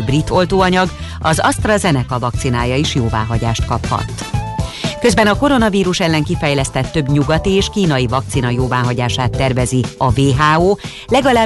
megfelelő brit oltóanyag, az AstraZeneca vakcinája is jóváhagyást kaphat. Közben a koronavírus ellen kifejlesztett több nyugati és kínai vakcina jóváhagyását tervezi a WHO, legalább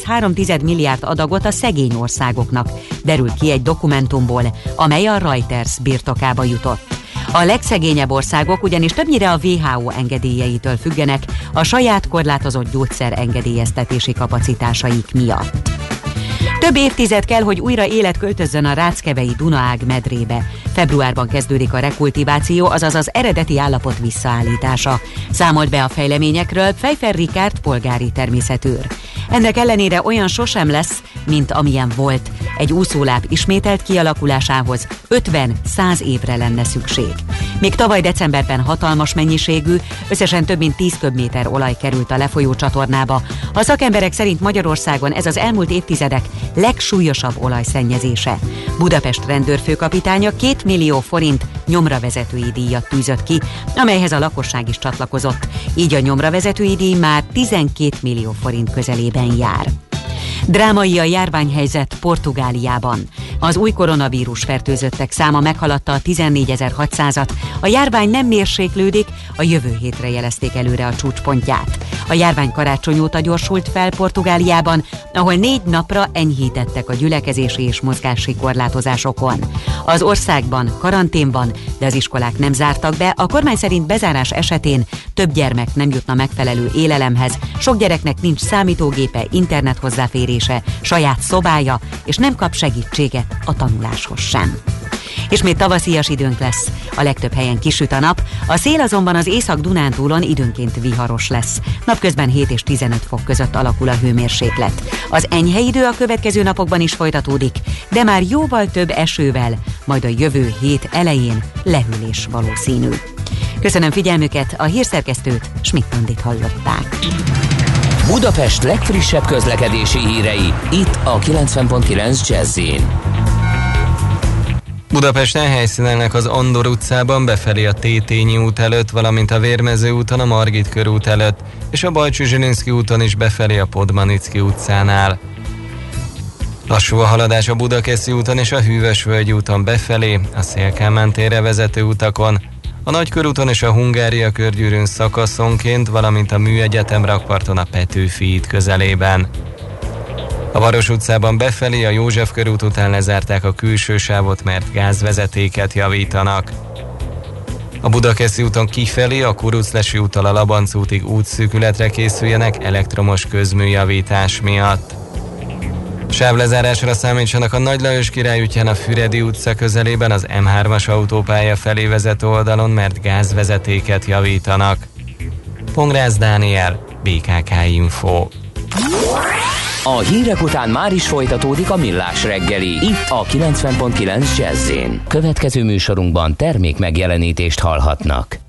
1,3 milliárd adagot a szegény országoknak, derül ki egy dokumentumból, amely a Reuters birtokába jutott. A legszegényebb országok ugyanis többnyire a WHO engedélyeitől függenek a saját korlátozott gyógyszer engedélyeztetési kapacitásaik miatt. Több évtized kell, hogy újra élet költözzön a Ráckevei Dunaág medrébe. Februárban kezdődik a rekultiváció, azaz az eredeti állapot visszaállítása. Számolt be a fejleményekről Pfeiffer Ricard polgári természetőr. Ennek ellenére olyan sosem lesz, mint amilyen volt. Egy úszóláb ismételt kialakulásához 50-100 évre lenne szükség. Még tavaly decemberben hatalmas mennyiségű, összesen több mint 10 köbméter olaj került a lefolyó csatornába. A szakemberek szerint Magyarországon ez az elmúlt évtizedek legsúlyosabb olajszennyezése. Budapest rendőrfőkapitánya 2 millió forint nyomravezetői díjat tűzött ki, amelyhez a lakosság is csatlakozott. Így a nyomravezetői díj már 12 millió forint közelében jár. Drámai a járványhelyzet Portugáliában. Az új koronavírus fertőzöttek száma meghaladta a 14.600-at. A járvány nem mérséklődik, a jövő hétre jelezték előre a csúcspontját. A járvány karácsony óta gyorsult fel Portugáliában, ahol 4 napra enyhítettek a gyülekezési és mozgási korlátozásokon. Az országban karantén van, de az iskolák nem zártak be, a kormány szerint bezárás esetén több gyermek nem jutna megfelelő élelemhez, sok gyereknek nincs számítógépe, internet hozzáférése, saját szobája, és nem kap segítséget a tanuláshoz sem. Ismét tavaszias időnk lesz, a legtöbb helyen kisüt a nap, a szél azonban az Észak-Dunántúlon időnként viharos lesz. Napközben 7 és 15 fok között alakul a hőmérséklet. Az enyhe idő a következő napokban is folytatódik, de már jóval több esővel, majd a jövő hét elején lehűlés valószínű. Köszönöm figyelmüket, a hírszerkesztőt, Schmidt-Andit hallották. Budapest legfrissebb közlekedési hírei, itt a 90.9 Jazz-in. Budapesten helyszínelnek az Andor utcában befelé a Tétényi út előtt, valamint a Vérmező úton a Margit körút előtt, és a Bajcsy-Zsilinszky úton is befelé a Podmanicki utcánál. Lassú a haladás a Budakeszi úton és a Hűvösvölgyi úton befelé, a Széll-Kálmán térre vezető utakon, a Nagykörúton és a Hungária körgyűrűn szakaszonként, valamint a Műegyetem rakparton a Petőfi híd közelében. A Varos utcában befelé a József körút után lezárták a külső sávot, mert gázvezetéket javítanak. A Budakeszi úton kifelé a Kuruclesi úttól a Labanc útig útszűkületre készüljenek elektromos közműjavítás miatt. Sávlezárásra számítsanak a Nagy Lajos Király útján a Füredi utca közelében az M3-as autópálya felé vezető oldalon, mert gázvezetéket javítanak. Pongrász Dániel, BKK Info. A hírek után már is folytatódik a Millás reggeli, itt a 90.9 Jazz-in. Következő műsorunkban termék megjelenítést hallhatnak.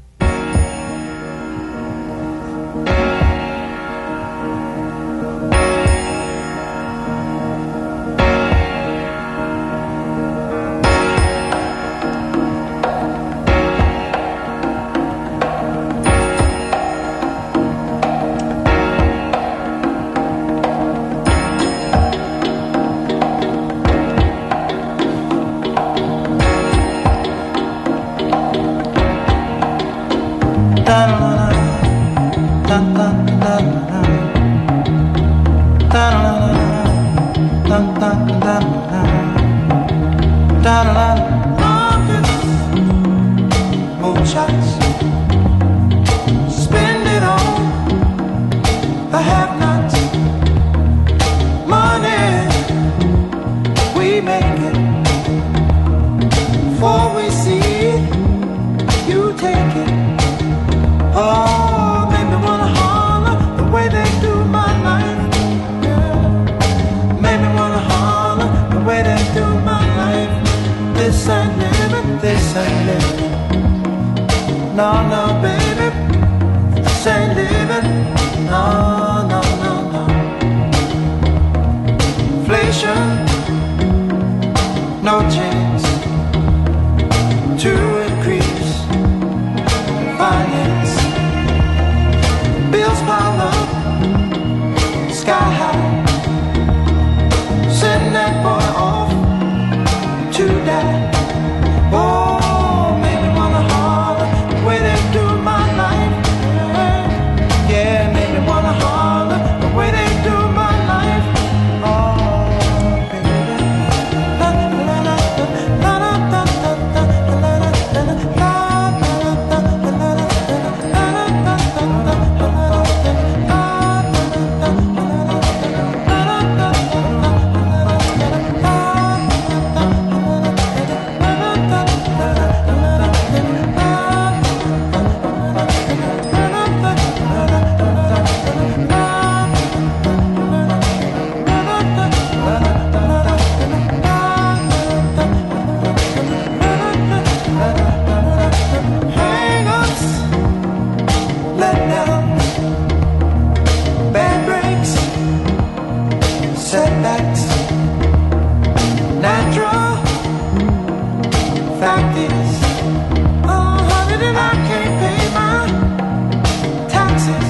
Sky high, send that boy off fact is, honey, that I can't pay my taxes.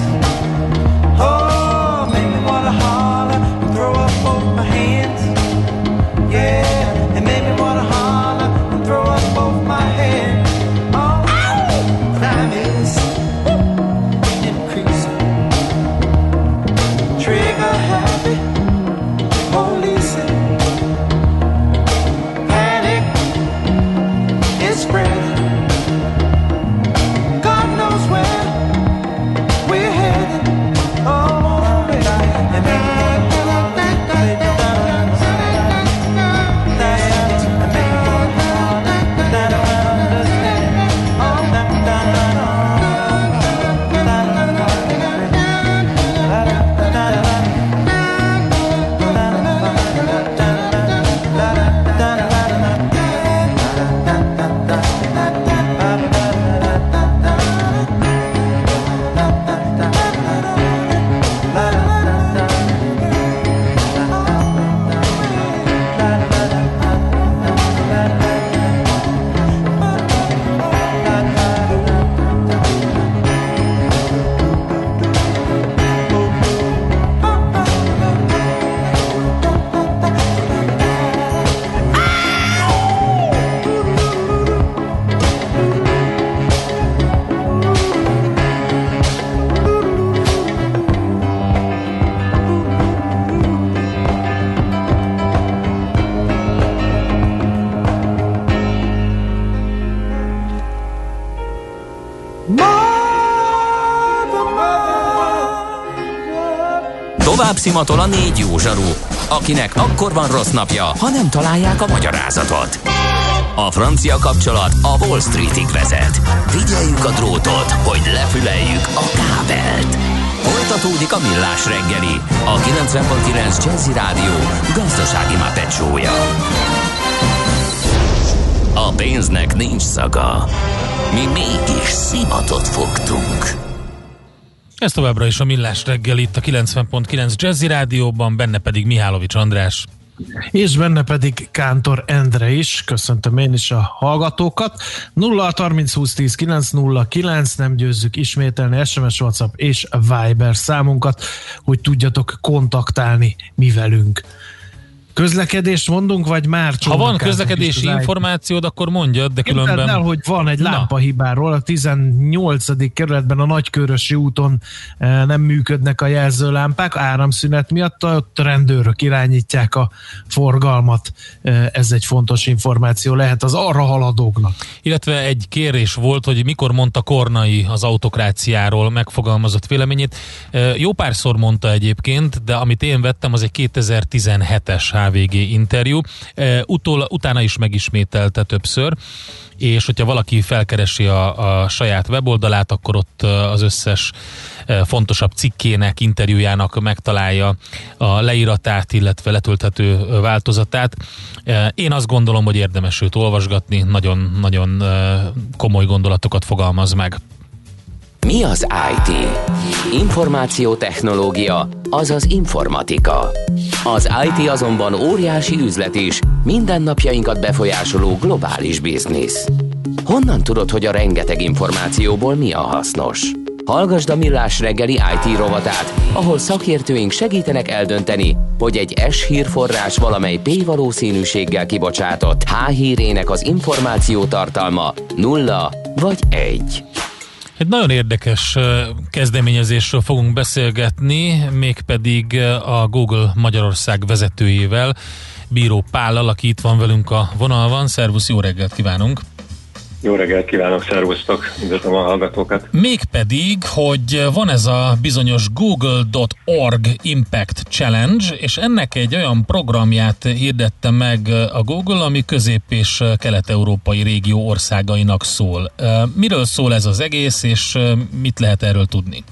Oh, make me wanna holler and throw up both my hands. Yeah, and make me wanna holler and throw up both my hands. Oh, crime is increasing. Trigger happy, policing. Panic is spreading. God knows where we're headed. Oh, baby, and baby, Tovább szimatol a 4 jó zsaru, akinek akkor van rossz napja, ha nem találják a magyarázatot. A francia kapcsolat a Wall Streetig vezet. Figyeljük a drótot, hogy lefüleljük a kábelt. Folytatódik a Millás reggeli, a 90.9 Jazzy Rádió gazdasági mápecsója. A pénznek nincs szaga. Mi mégis szimatot fogtunk. Ez továbbra is a Millás reggel itt a 90.9 Jazzy Rádióban, benne pedig Mihálovics András. És benne pedig Kántor Endre is. Köszöntöm én is a hallgatókat. 0-30 20 10 909, nem győzzük ismételni SMS, WhatsApp és Viber számunkat, hogy tudjatok kontaktálni mi velünk. Közlekedést mondunk, vagy már ha van közlekedési információd, akkor mondjad, de különben... Képzeld el, hogy van egy lámpahibáról, a 18. kerületben a Nagykörösi úton nem működnek a jelzőlámpák, áramszünet miatt, ott rendőrök irányítják a forgalmat. Ez egy fontos információ lehet az arra haladóknak. Illetve egy kérés volt, hogy mikor mondta Kornai az autokráciáról megfogalmazott véleményét. Jó párszor mondta egyébként, de amit én vettem, az egy 2017-es HVG interjú. Utána is megismételte többször, és hogyha valaki felkeresi a saját weboldalát, akkor ott az összes fontosabb cikkének, interjújának megtalálja a leíratát, illetve letölthető változatát. Én azt gondolom, hogy érdemes őt olvasgatni, nagyon komoly gondolatokat fogalmaz meg. Mi az IT? Információtechnológia, azaz informatika. Az IT azonban óriási üzlet is, mindennapjainkat befolyásoló globális biznisz. Honnan tudod, hogy a rengeteg információból mi a hasznos? Hallgasd a Millás reggeli IT rovatát, ahol szakértőink segítenek eldönteni, hogy egy S-hírforrás valamely P-valószínűséggel kibocsátott H-hírének az információ tartalma 0 vagy 1. Egy nagyon érdekes kezdeményezésről fogunk beszélgetni, mégpedig a Google Magyarország vezetőjével, Bíró Pállal, aki itt van velünk a vonalban. Szervusz, jó reggelt kívánunk! Jó reggelt kívánok, szervusztok, üdvözlöm a hallgatókat. Mégpedig, hogy van ez a bizonyos Google.org Impact Challenge, és ennek egy olyan programját hirdette meg a Google, ami közép- és kelet-európai régió országainak szól. Miről szól ez az egész, és mit lehet erről tudni?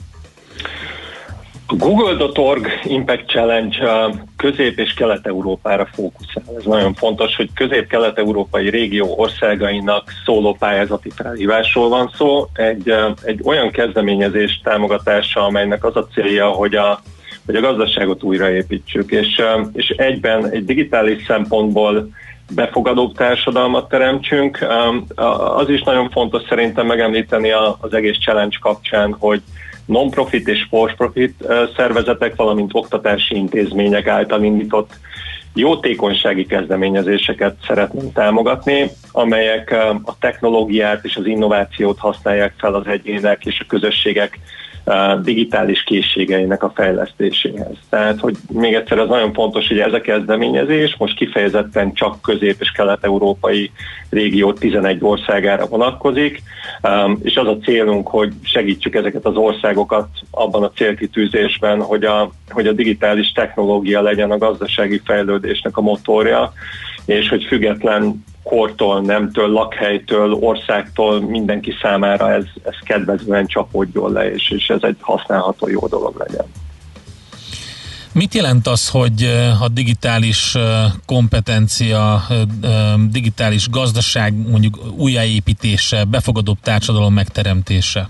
A Google.org Impact Challenge Közép- és Kelet-Európára fókuszál. Ez nagyon fontos, hogy közép-kelet-európai régió országainak szóló pályázati felhívásról van szó. Egy olyan kezdeményezés támogatása, amelynek az a célja, hogy a gazdaságot újraépítsük, és egyben egy digitális szempontból befogadóbb társadalmat teremtsünk. Az is nagyon fontos szerintem megemlíteni az egész challenge kapcsán, hogy non-profit és for-profit szervezetek, valamint oktatási intézmények által indított jótékonysági kezdeményezéseket szeretnénk támogatni, amelyek a technológiát és az innovációt használják fel az egyének és a közösségek digitális készségeinek a fejlesztéséhez. Tehát, hogy még egyszer az nagyon fontos, hogy ez a kezdeményezés most kifejezetten csak közép- és kelet-európai régió 11 országára vonatkozik, és az a célunk, hogy segítsük ezeket az országokat abban a célkitűzésben, hogy a digitális technológia legyen a gazdasági fejlődésnek a motorja, és hogy független kortól, nemtől, lakhelytől, országtól mindenki számára ez kedvezően csapódjon le, és ez egy használható jó dolog legyen. Mit jelent az, hogy a digitális kompetencia, digitális gazdaság mondjuk újjáépítése, befogadóbb társadalom megteremtése?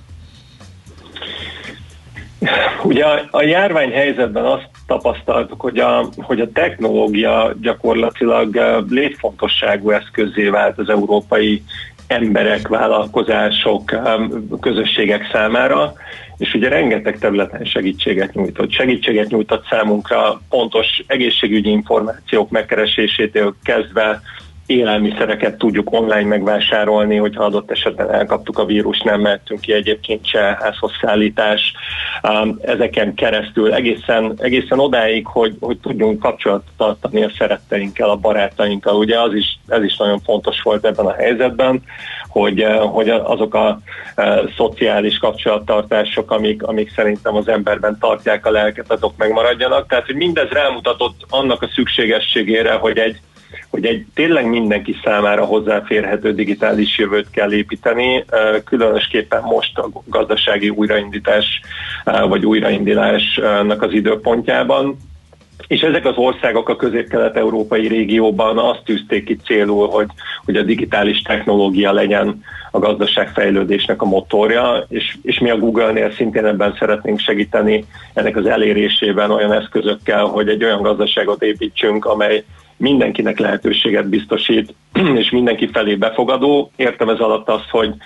Ugye a járványhelyzetben azt tapasztaltuk, hogy a technológia gyakorlatilag létfontosságú eszközzé vált az európai emberek, vállalkozások, közösségek számára, és ugye rengeteg területen segítséget nyújtott. Segítséget nyújtott számunkra pontos egészségügyi információk megkeresésétől kezdve élelmiszereket tudjuk online megvásárolni, hogyha adott esetben elkaptuk a vírust, nem mehetünk ki egyébként se, házhoz szállítás. Ezeken keresztül egészen odáig, hogy tudjunk kapcsolatot tartani a szeretteinkkel, a barátainkkal. Ugye ez is nagyon fontos volt ebben a helyzetben, hogy azok a szociális kapcsolattartások, amik szerintem az emberben tartják a lelket, azok megmaradjanak. Tehát, hogy mindez rámutatott annak a szükségességére, hogy egy tényleg mindenki számára hozzáférhető digitális jövőt kell építeni, különösképpen most a gazdasági újraindítás vagy újraindulásnak az időpontjában. És ezek az országok a közép-kelet-európai régióban azt tűzték ki célul, hogy a digitális technológia legyen a gazdaságfejlődésnek a motorja, és mi a Google-nél szintén ebben szeretnénk segíteni ennek az elérésében olyan eszközökkel, hogy egy olyan gazdaságot építsünk, amely mindenkinek lehetőséget biztosít, és mindenki felé befogadó. Értem ez alatt azt,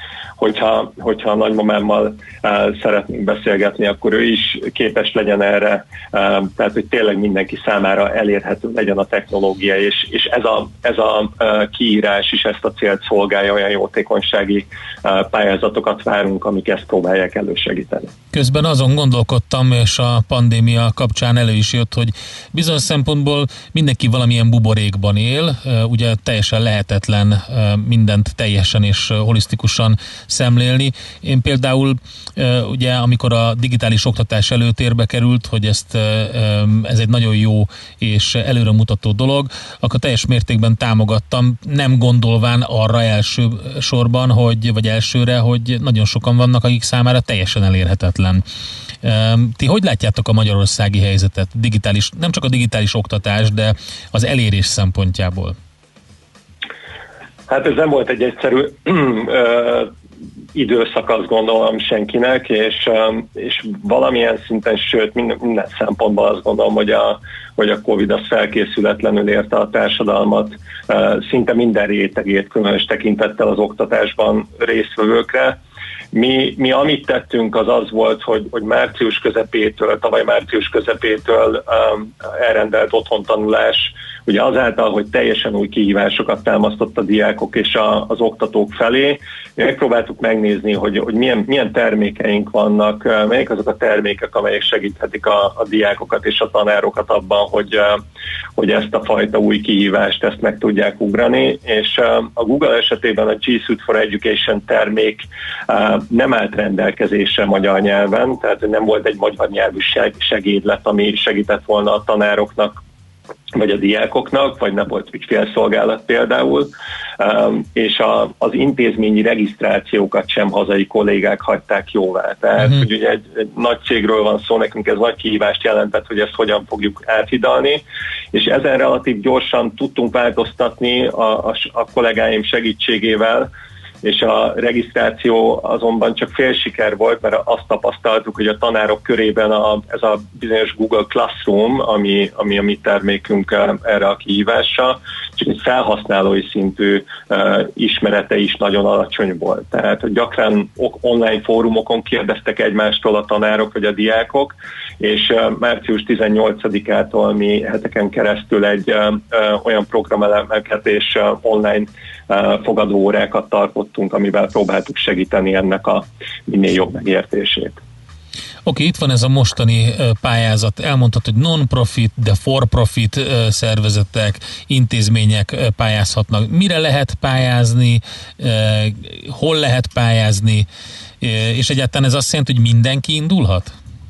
hogyha a nagymamámmal szeretnénk beszélgetni, akkor ő is képes legyen erre, tehát hogy tényleg mindenki számára elérhető legyen a technológia, és ez a kiírás is ezt a célt szolgálja, olyan jótékonysági pályázatokat várunk, amik ezt próbálják elősegíteni. Közben azon gondolkodtam, és a pandémia kapcsán elő is jött, hogy bizonyos szempontból mindenki valamilyen buborékban él, ugye teljesen lehetetlen mindent teljesen és holisztikusan szemlélni. Én például ugye amikor a digitális oktatás előtérbe került, hogy ez egy nagyon jó és előremutató dolog, akkor teljes mértékben támogattam, nem gondolván arra elsősorban, vagy elsőre, hogy nagyon sokan vannak, akik számára teljesen elérhetetlen. Ti hogy látjátok a magyarországi helyzetet? Nem csak a digitális oktatás, de az elérés szempontjából? Hát ez nem volt egy egyszerű időszak, azt gondolom senkinek, és valamilyen szinten, sőt minden szempontból azt gondolom, hogy a Covid az felkészületlenül érte a társadalmat szinte minden rétegét, különös tekintettel az oktatásban résztvevőkre. Mi amit tettünk, az volt, hogy tavaly március közepétől elrendelt otthontanulás, ugye azáltal, hogy teljesen új kihívásokat támasztott a diákok és az oktatók felé, megpróbáltuk megnézni, hogy milyen termékeink vannak, melyik azok a termékek, amelyek segíthetik a diákokat és a tanárokat abban, hogy ezt a fajta új kihívást ezt meg tudják ugrani, és a Google esetében a G Suite for Education termék nem állt rendelkezésre magyar nyelven, tehát nem volt egy magyar nyelvű segédlet, ami segített volna a tanároknak vagy a diákoknak, vagy nem volt ügyfélszolgálat például, és az intézményi regisztrációkat sem hazai kollégák hagyták jóvá. Tehát, hogy ugye egy nagy cégről van szó, nekünk ez nagy kihívást jelentett, hogy ezt hogyan fogjuk áthidalni, és ezen relatív gyorsan tudtunk változtatni a kollégáim segítségével, és a regisztráció azonban csak fél siker volt, mert azt tapasztaltuk, hogy a tanárok körében ez a bizonyos Google Classroom, ami a mi termékünk erre a kihívásra, csak egy felhasználói szintű ismerete is nagyon alacsony volt. Tehát gyakran online fórumokon kérdeztek egymástól a tanárok vagy a diákok, és március 18-ától mi heteken keresztül egy olyan programelemeket és online fogadóórákat tartottunk, amivel próbáltuk segíteni ennek a minél jobb megértését. Oké, itt van ez a mostani pályázat. Elmondtad, hogy non-profit, de for-profit szervezetek, intézmények pályázhatnak. Mire lehet pályázni, hol lehet pályázni, és egyáltalán ez azt jelenti, hogy mindenki indulhat?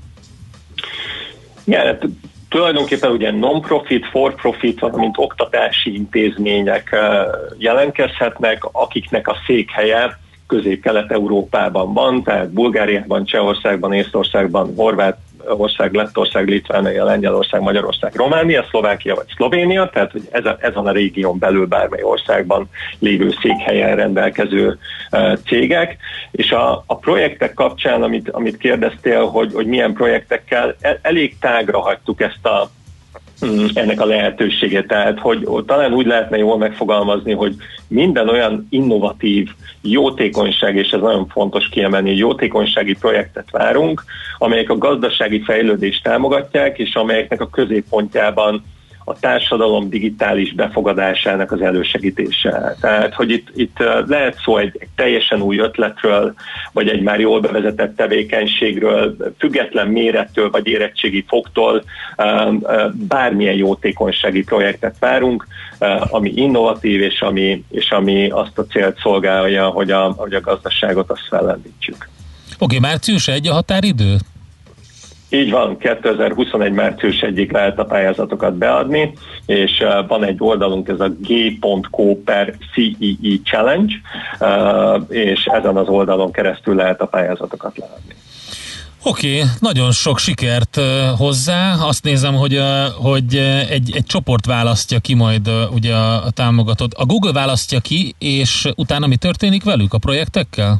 Igen, tulajdonképpen ugye non-profit, for-profit, valamint oktatási intézmények jelentkezhetnek, akiknek a székhelye Közép-Kelet-Európában van, tehát Bulgáriában, Csehországban, Észtországban, Horvátország, Lettország, Litvánia, Lengyelország, Magyarország, Románia, Szlovákia vagy Szlovénia, tehát hogy ezen a régión belül bármely országban lévő székhelyen rendelkező cégek. És a projektek kapcsán, amit kérdeztél, hogy milyen projektekkel, elég tágra hagytuk ennek a lehetőségét. Tehát, hogy talán úgy lehetne jól megfogalmazni, hogy minden olyan innovatív, jótékonyság, és ez nagyon fontos kiemelni, jótékonysági projektet várunk, amelyek a gazdasági fejlődést támogatják, és amelyeknek a középpontjában a társadalom digitális befogadásának az elősegítése. Tehát, hogy itt lehet szó egy teljesen új ötletről, vagy egy már jól bevezetett tevékenységről, független mérettől, vagy érettségi foktól, bármilyen jótékonysági projektet várunk, ami innovatív, és ami azt a célt szolgálja, hogy a gazdaságot azt fellendítsük. Oké, március 1 a határidő? Így van, 2021. március 1-ig lehet a pályázatokat beadni, és van egy oldalunk, ez a g.co/CEE Challenge, és ezen az oldalon keresztül lehet a pályázatokat leadni. Oké, nagyon sok sikert hozzá. Azt nézem, hogy egy csoport választja ki majd ugye a támogatót. A Google választja ki, és utána mi történik velük a projektekkel?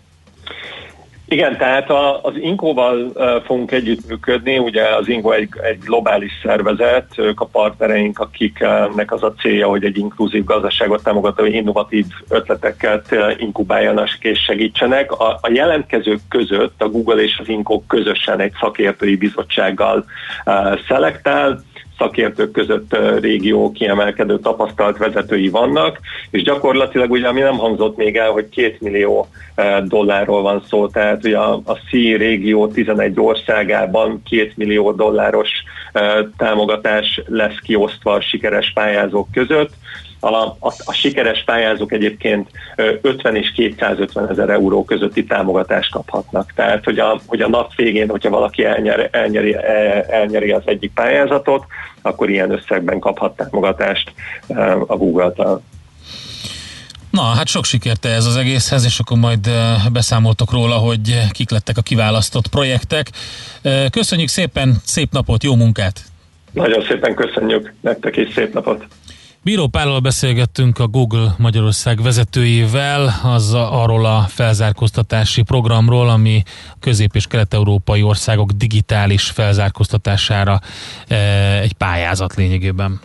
Igen, tehát az Inkóval fogunk együttműködni, ugye az Inkó egy globális szervezet, ők a partnereink, akiknek az a célja, hogy egy inkluzív gazdaságot támogató innovatív ötleteket inkubáljanak és segítsenek. A jelentkezők között a Google és az Inkó közösen egy szakértői bizottsággal szelektál, szakértők között régió kiemelkedő tapasztalt vezetői vannak, és gyakorlatilag ugye, ami nem hangzott még el, hogy $2 millió van szó, tehát ugye a C régió 11 országában $2 millió támogatás lesz kiosztva a sikeres pályázók között. A sikeres pályázók egyébként 50 és 250 ezer euró közötti támogatást kaphatnak. Tehát, hogy a nap végén, hogyha valaki elnyeri az egyik pályázatot, akkor ilyen összegben kaphat támogatást a Google-től. Na, hát sok sikert ez az egészhez, és akkor majd beszámoltok róla, hogy kik lettek a kiválasztott projektek. Köszönjük szépen, szép napot, jó munkát! Nagyon szépen köszönjük nektek is, szép napot! Bíró Pállal beszélgettünk, a Google Magyarország vezetőjével, arról a felzárkóztatási programról, ami közép- és kelet-európai országok digitális felzárkóztatására egy pályázat lényegében.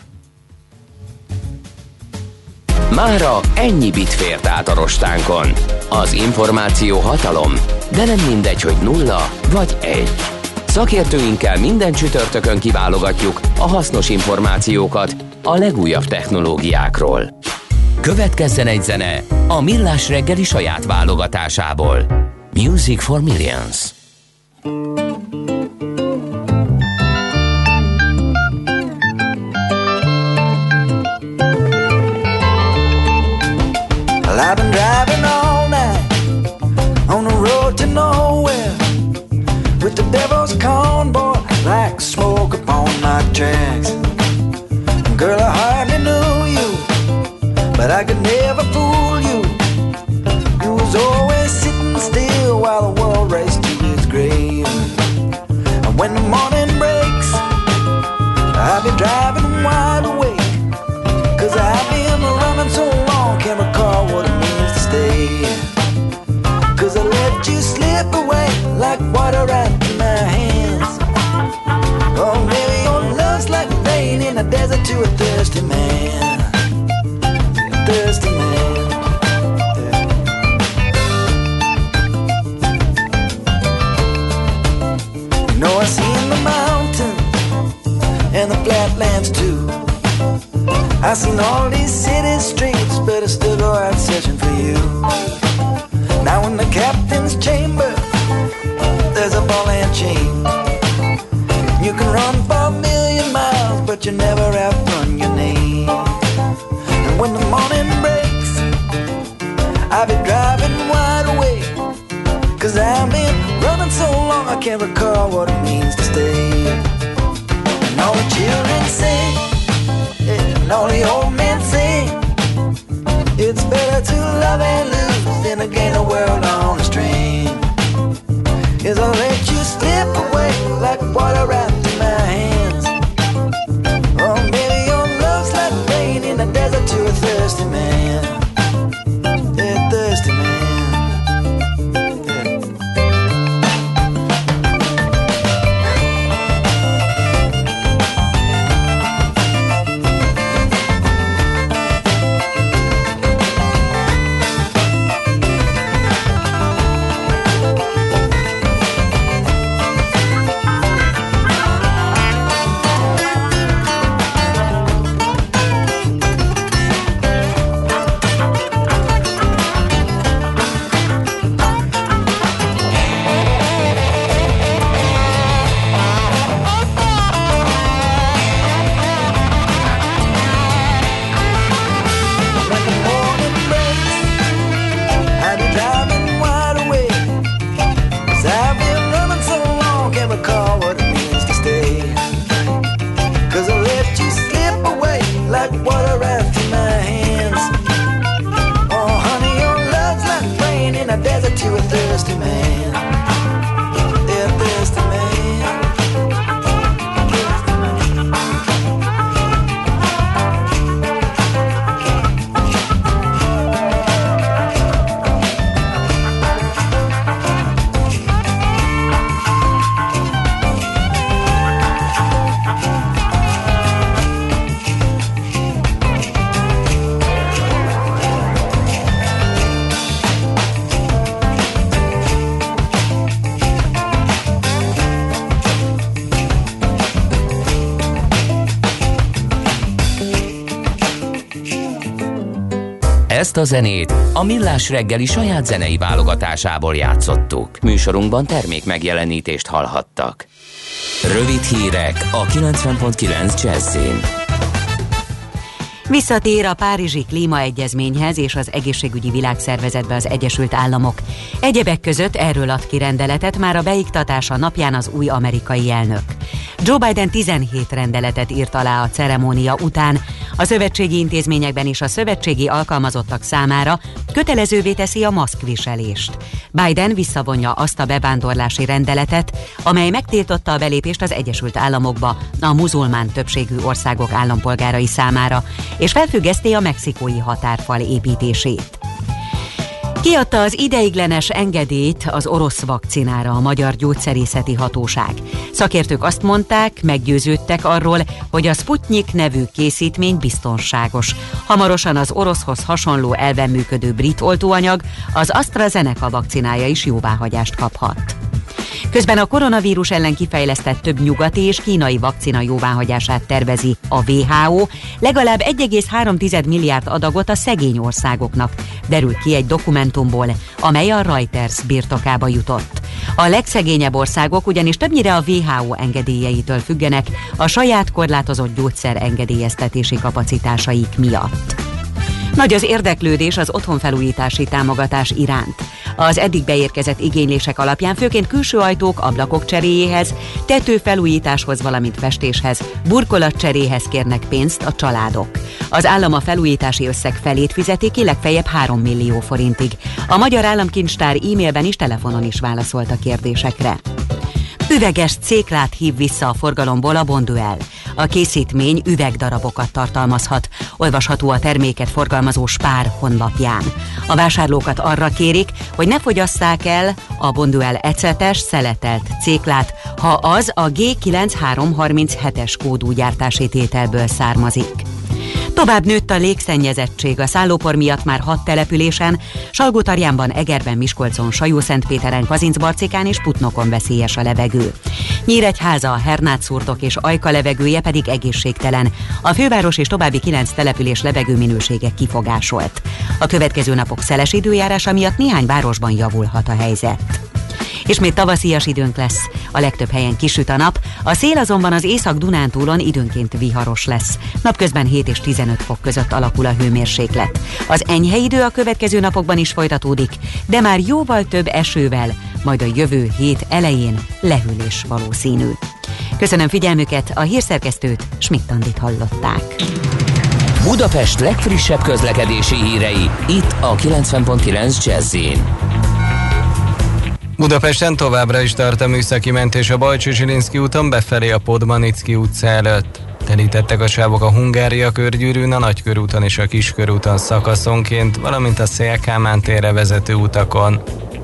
Mára ennyi bit fért át a rostánkon. Az információ hatalom, de nem mindegy, hogy 0 vagy 1. Szakértőinkkel minden csütörtökön kiválogatjuk a hasznos információkat a legújabb technológiákról. Következzen egy zene a Millás reggeli saját válogatásából. Music for Millions. Well, I've been driving all night on the road to nowhere with the devil's cornball like smoke upon my tracks. Girl, I hardly knew you, but I could never fool you. You was always sitting still while the world raced to its grave. And when the morning breaks, I'll be driving wide awake, 'cause I've been running so long, can't recall what it means to stay. thirsty man. You know I've seen the mountains and the flatlands too. I've seen all these city streets, but I still go out searching for you. Now in the captain's chamber, there's a ball and chain. You can run for a million miles, but you never outrun your name. And when the morning breaks, I'll be driving wide awake, 'cause I've been running so long I can't recall what it means to stay. And all the children say, and all the old men say, it's better to love and lose than to gain the world on a string. Is I'll let you slip away like water right through my hands. Oh, baby, your love's like rain in the desert to a thirsty man. Yeah, thirsty man. Ezt a zenét a Millás reggeli saját zenei válogatásából játszottuk. Műsorunkban termék megjelenítést hallhattak. Rövid hírek a 90.9 Jazzin. Visszatér a Párizsi Klímaegyezményhez és az Egészségügyi Világszervezetbe az Egyesült Államok. Egyebek között erről ad ki rendeletet már a beiktatása napján az új amerikai elnök. Joe Biden 17 rendeletet írt alá a ceremónia után. A szövetségi intézményekben és a szövetségi alkalmazottak számára kötelezővé teszi a maszkviselést. Biden visszavonja azt a bevándorlási rendeletet, amely megtiltotta a belépést az Egyesült Államokba a muzulmán többségű országok állampolgárai számára, és felfüggeszti a mexikói határfal építését. Kiadta az ideiglenes engedélyt az orosz vakcinára a Magyar Gyógyszerészeti Hatóság. Szakértők azt mondták, meggyőződtek arról, hogy a Sputnik nevű készítmény biztonságos. Hamarosan az oroszhoz hasonló elven működő brit oltóanyag, az AstraZeneca vakcinája is jóváhagyást kaphat. Közben a koronavírus ellen kifejlesztett több nyugati és kínai vakcina jóváhagyását tervezi a WHO, legalább 1,3 milliárd adagot a szegény országoknak, derül ki egy dokumentumból, amely a Reuters birtokába jutott. A legszegényebb országok ugyanis többnyire a WHO engedélyeitől függenek a saját korlátozott gyógyszer engedélyeztetési kapacitásaik miatt. Nagy az érdeklődés az otthonfelújítási támogatás iránt. Az eddig beérkezett igénylések alapján főként külső ajtók, ablakok cseréjéhez, tetőfelújításhoz, valamint festéshez, burkolatcseréhez kérnek pénzt a családok. Az állam a felújítási összeg felét fizeti ki, legfeljebb 3 millió forintig. A Magyar Államkincstár e-mailben is, telefonon is válaszolt a kérdésekre. Üveges céklát hív vissza a forgalomból a Bonduelle. A készítmény üvegdarabokat tartalmazhat. Olvasható a terméket forgalmazó Spár honlapján. A vásárlókat arra kérik, hogy ne fogyasszák el a Bonduelle ecetes, szeletelt céklát, ha az a G9337-es kódú gyártási tételből származik. Tovább nőtt a légszennyezettség a szállópor miatt már 6 településen, Salgótarjánban, Egerben, Miskolcon, Sajó-Szentpéteren, Kazincbarcikán és Putnokon veszélyes a levegő. Nyíregyháza, Hernád-Szurdok és Ajka levegője pedig egészségtelen. A főváros és további 9 település levegőminősége kifogásolt. A következő napok szeles időjárása miatt néhány városban javulhat a helyzet. Ismét tavaszias időnk lesz, a legtöbb helyen kisüt a nap, a szél azonban az Észak-Dunántúlon időnként viharos lesz. Napközben 7 és 15 fok között alakul a hőmérséklet. Az enyhe idő a következő napokban is folytatódik, de már jóval több esővel, majd a jövő hét elején lehűlés valószínű. Köszönöm figyelmüket, a hírszerkesztőt, Schmidt-Andit hallották. Budapest legfrissebb közlekedési hírei, itt a 90.9 Jazz-in. Budapesten továbbra is tart a műszaki mentés a Bajcsy-Zsilinszky úton befelé a Podmanicki utca előtt. Telítettek a sávok a Hungária körgyűrűn, a Nagykörúton és a Kiskörúton szakaszonként, valamint a Széll Kálmán térre vezető utakon.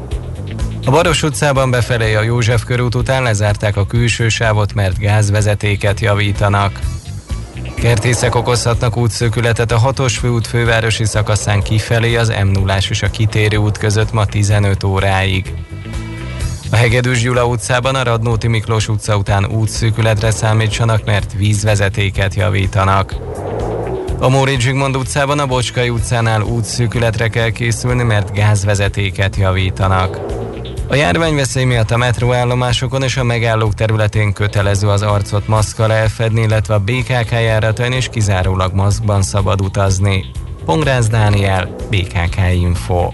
A Baros utcában befelé a József körút után lezárták a külső sávot, mert gázvezetéket javítanak. Kertészek okozhatnak útszökületet a 6-os főút fővárosi szakaszán kifelé az M0-ás és a Kitérő út között ma 15 óráig. A Hegedűs Gyula utcában a Radnóti Miklós utca után útszűkületre számítsanak, mert vízvezetéket javítanak. A Móricz Zsigmond utcában a Bocskai utcánál útszűkületre kell készülni, mert gázvezetéket javítanak. A járványveszély miatt a metróállomásokon és a megállók területén kötelező az arcot maszkkal elfedni, illetve a BKK járatain is kizárólag maszkban szabad utazni. Pongrász Dániel, BKK Info.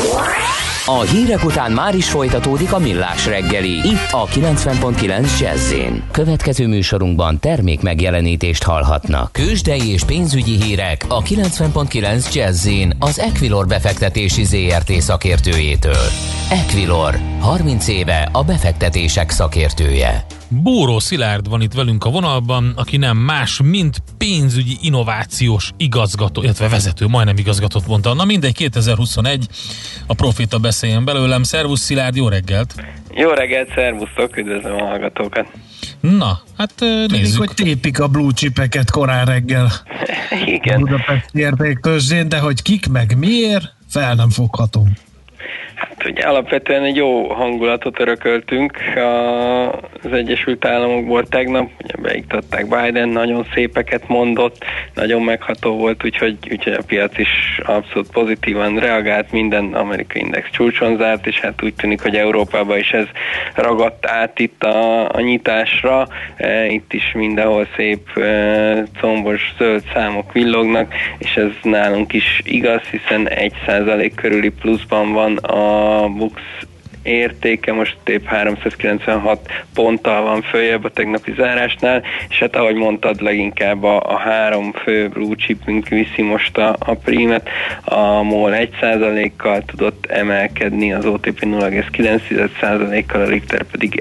A hírek után már is folytatódik a Millás reggeli, itt a 90.9 Jazz-in. Következő műsorunkban termék megjelenítést hallhatnak. Tőzsdei és pénzügyi hírek a 90.9 Jazz-in az Equilor befektetési ZRT szakértőjétől. Equilor, 30 éve a befektetések szakértője. Bóró Szilárd van itt velünk a vonalban, aki nem más, mint pénzügyi innovációs igazgató, illetve vezető, majdnem igazgatót mondta. Na mindegy, 2021, a Profita beszéljen belőlem. Szervusz Szilárd, jó reggelt! Jó reggelt, szervusztok, üdvözlöm a hallgatókat! Na, hát nézzük. Tudjuk, hogy tépik a blue chipeket korán reggel. Igen. Budapesti értéktőzsdén, de hogy kik meg miért, fel nem foghatom. Hát ugye alapvetően egy jó hangulatot örököltünk az Egyesült Államokból tegnap, ugye beiktatták Biden, nagyon szépeket mondott, nagyon megható volt, úgyhogy a piac is abszolút pozitívan reagált, minden amerikai index csúcson zárt, és hát úgy tűnik, hogy Európában is ez ragadt át itt a nyitásra, itt is mindenhol szép combos zöld számok villognak, és ez nálunk is igaz, hiszen 1% körüli pluszban van a Bux értéke, most épp 396 ponttal van följebb a tegnapi zárásnál, és hát ahogy mondtad, leginkább a három fő blue chipünk viszi most a prímet, a MOL 1%-kal tudott emelkedni, az OTP 0,9%-kal, a Richter pedig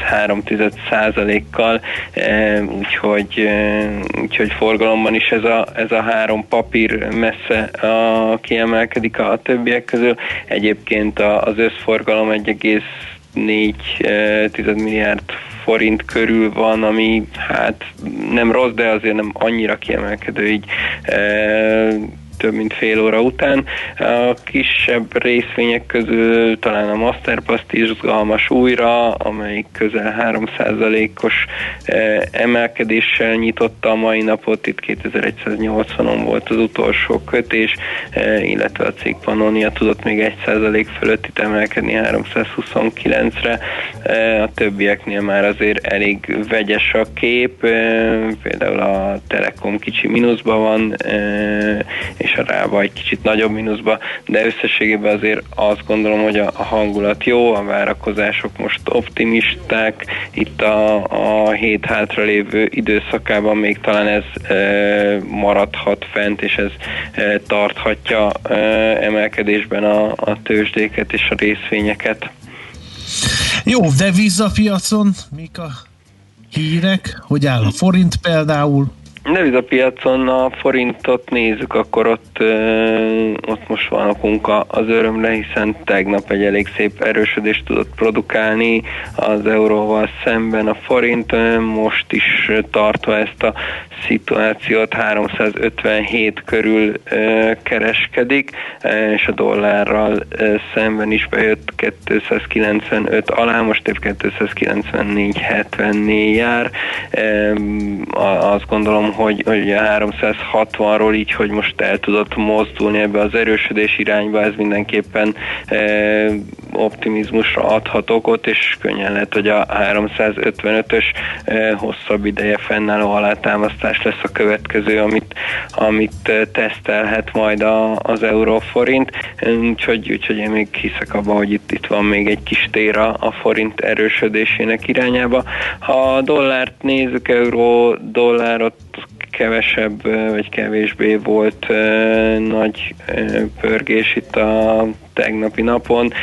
1,3%-kal, úgyhogy forgalomban is ez a három papír messze kiemelkedik a többiek közül. Egyébként az összforgalom 1,4 milliárd forint körül van, ami hát nem rossz, de azért nem annyira kiemelkedő így több mint fél óra után. A kisebb részvények közül talán a Masterpass izgalmas újra, amelyik közel 3%-os emelkedéssel nyitotta a mai napot, itt 2180-on volt az utolsó kötés, illetve a cég Pannonia tudott még 1% fölött itt emelkedni 329-re. A többieknél már azért elég vegyes a kép, például a Telekom kicsi mínuszban van, és a Rába egy kicsit nagyobb mínuszba, de összességében azért azt gondolom, hogy a hangulat jó, a várakozások most optimisták, itt a hét hátralévő időszakában még talán ez maradhat fent, és ez tarthatja emelkedésben a tőzsdéket és a részvényeket. Jó, devizapiacon mik a hírek? Hogy áll a forint például? Devizapiacon a forintot nézzük, akkor ott most van okunk az örömre, hiszen tegnap egy elég szép erősödést tudott produkálni az euróval szemben a forint, most is tartva ezt a szituációt 357 körül kereskedik, és a dollárral szemben is bejött 295 alá, most épp 294,70-nél jár. Azt gondolom, hogy a 360-ról így, hogy most el tudott mozdulni ebbe az erősödés irányba, ez mindenképpen optimizmusra adhat okot, és könnyen lehet, hogy a 355-ös hosszabb ideje fennálló alátámasztás lesz a következő, amit tesztelhet majd az euróforint, úgyhogy én még hiszek abban, hogy itt van még egy kis tér a forint erősödésének irányába. Ha a dollárt nézzük, euró-dollárot kevesebb vagy kevésbé volt nagy pörgés itt a tegnapi napon.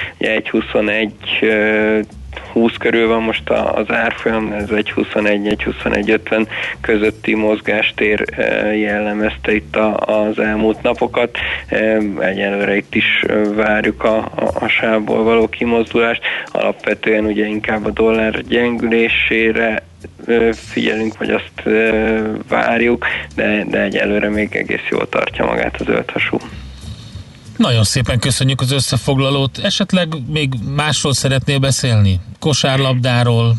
1.21 20 körül van most az árfolyam, ez 1.21-1.21.50 közötti mozgástér jellemezte itt az elmúlt napokat. Egyelőre itt is várjuk a sávból való kimozdulást. Alapvetően ugye inkább a dollár gyengülésére figyelünk, vagy azt várjuk, de egyelőre még egész jól tartja magát az zöldhasú. Nagyon szépen köszönjük az összefoglalót. Esetleg még másról szeretnél beszélni? Kosárlabdáról?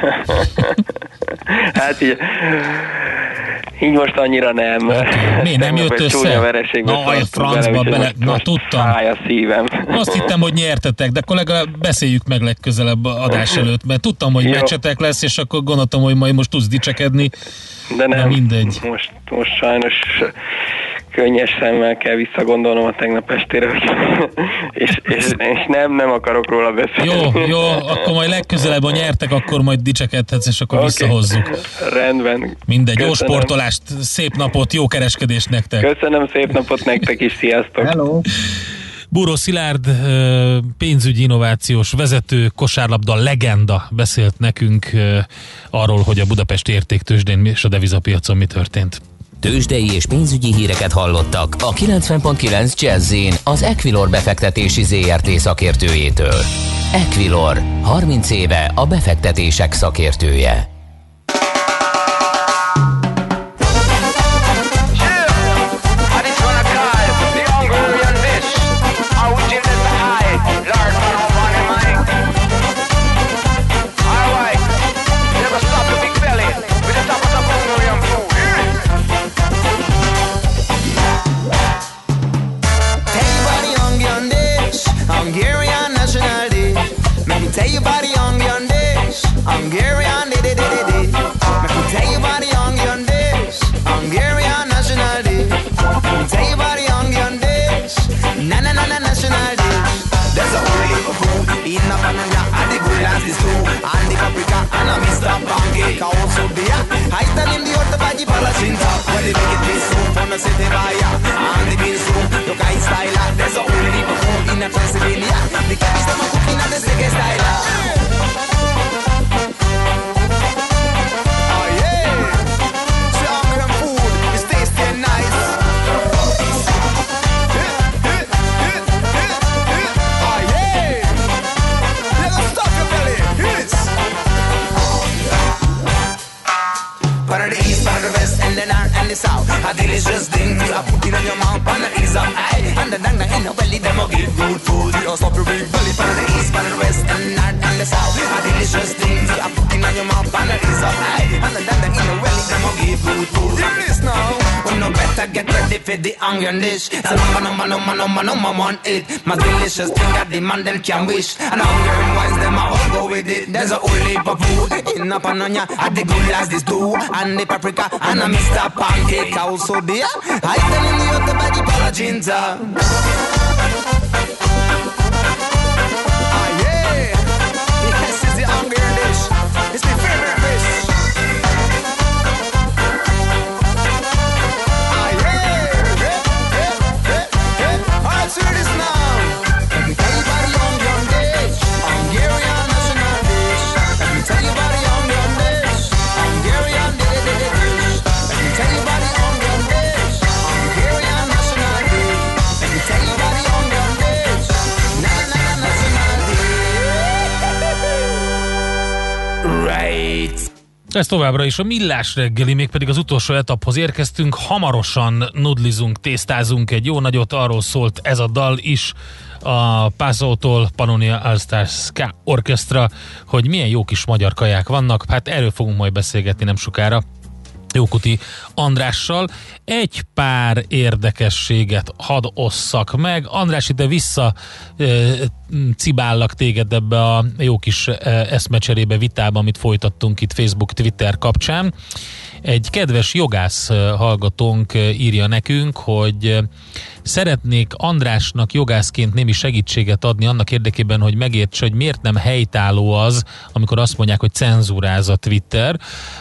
Hát így most annyira nem. Okay. Mi nem jött össze? Na, a francba bele. Na, tudtam. Fáj a szívem. Azt hittem, hogy nyertetek, de akkor legalább beszéljük meg legközelebb adás előtt, mert tudtam, hogy meccsetek lesz, és akkor gondoltam, hogy majd most tudsz dicsekedni. De nem, mindegy. Most sajnos könnyes szemmel kell visszagondolnom a tegnap estére, és nem akarok róla beszélni. Jó, akkor majd legközelebb, ha nyertek, akkor majd dicsekedhetsz, és akkor visszahozzuk. Rendben. Mindegy, jó sportolást, szép napot, jó kereskedést nektek. Köszönöm, szép napot nektek is, sziasztok. Hello. Búró Szilárd, pénzügyi innovációs vezető, kosárlabda legenda beszélt nekünk arról, hogy a Budapesti Értéktőzsdén és a devizapiacon mi történt. Tőzsdei és pénzügyi híreket hallottak a 90.9 Jazz-in az Equilor befektetési ZRT szakértőjétől. Equilor, 30 éve a befektetések szakértője. Tell you about the young dish, Hungarian day. Make me tell you about the young dish, Hungarian national day. Make me tell you about the young dish, na national dish. There's a whole heap of food, eating up and and the good as is too, and the paprika and a Mr. Pancake also there. I stand in the hot body palacinta, where they make it taste soup from the city fire, and the bean soup, look at style. There's a whole heap of food in Transylvania, the cats them are cooking at the second style. South, a delicious thing you put it on your mouth and the ease of eye, and the dang in the belly them will give good food. You stop your big belly from the east, from the west, and north and the south. A delicious thing you put it on your mouth and the ease of eye, and the dang in the belly them will give good food. Hear this now. We no better get ready for the onion dish. So number one it. My delicious thing that the man them can wish, and hungry wise them all go with it. There's a whole heap of food in a panonia, at the good as this too, and the paprika and a Mr. Pancake also there. I tell him the other body palacinta. Ah yeah, this is the Hungarian dish. It's my favorite dish. Ah yeah, alright, so this now. Let me tell you about the Hungarian dish, Hungarian national dish. Let me tell you about the Hungarian dish, Hungarian dish. Let me tell you about the Hungarian dish, Hungarian national dish. Let me Ez továbbra is a Millás reggeli, mégpedig az utolsó etaphoz érkeztünk. Hamarosan nudlizunk, tésztázunk egy jó nagyot, arról szólt ez a dal is a Paso-tól, Pannonia All Stars Ska Orchestra, hogy milyen jó kis magyar kaják vannak. Hát erről fogunk majd beszélgetni nem sokára Jókuti Andrással. Egy pár érdekességet hadd osszak meg. András, ide vissza cibállak téged ebbe a jó kis eszmecserébe, vitába, amit folytattunk itt Facebook, Twitter kapcsán. Egy kedves jogász hallgatónk írja nekünk, hogy szeretnék Andrásnak jogászként némi segítséget adni annak érdekében, hogy megértse, hogy miért nem helytálló az, amikor azt mondják, hogy cenzúráz a Twitter.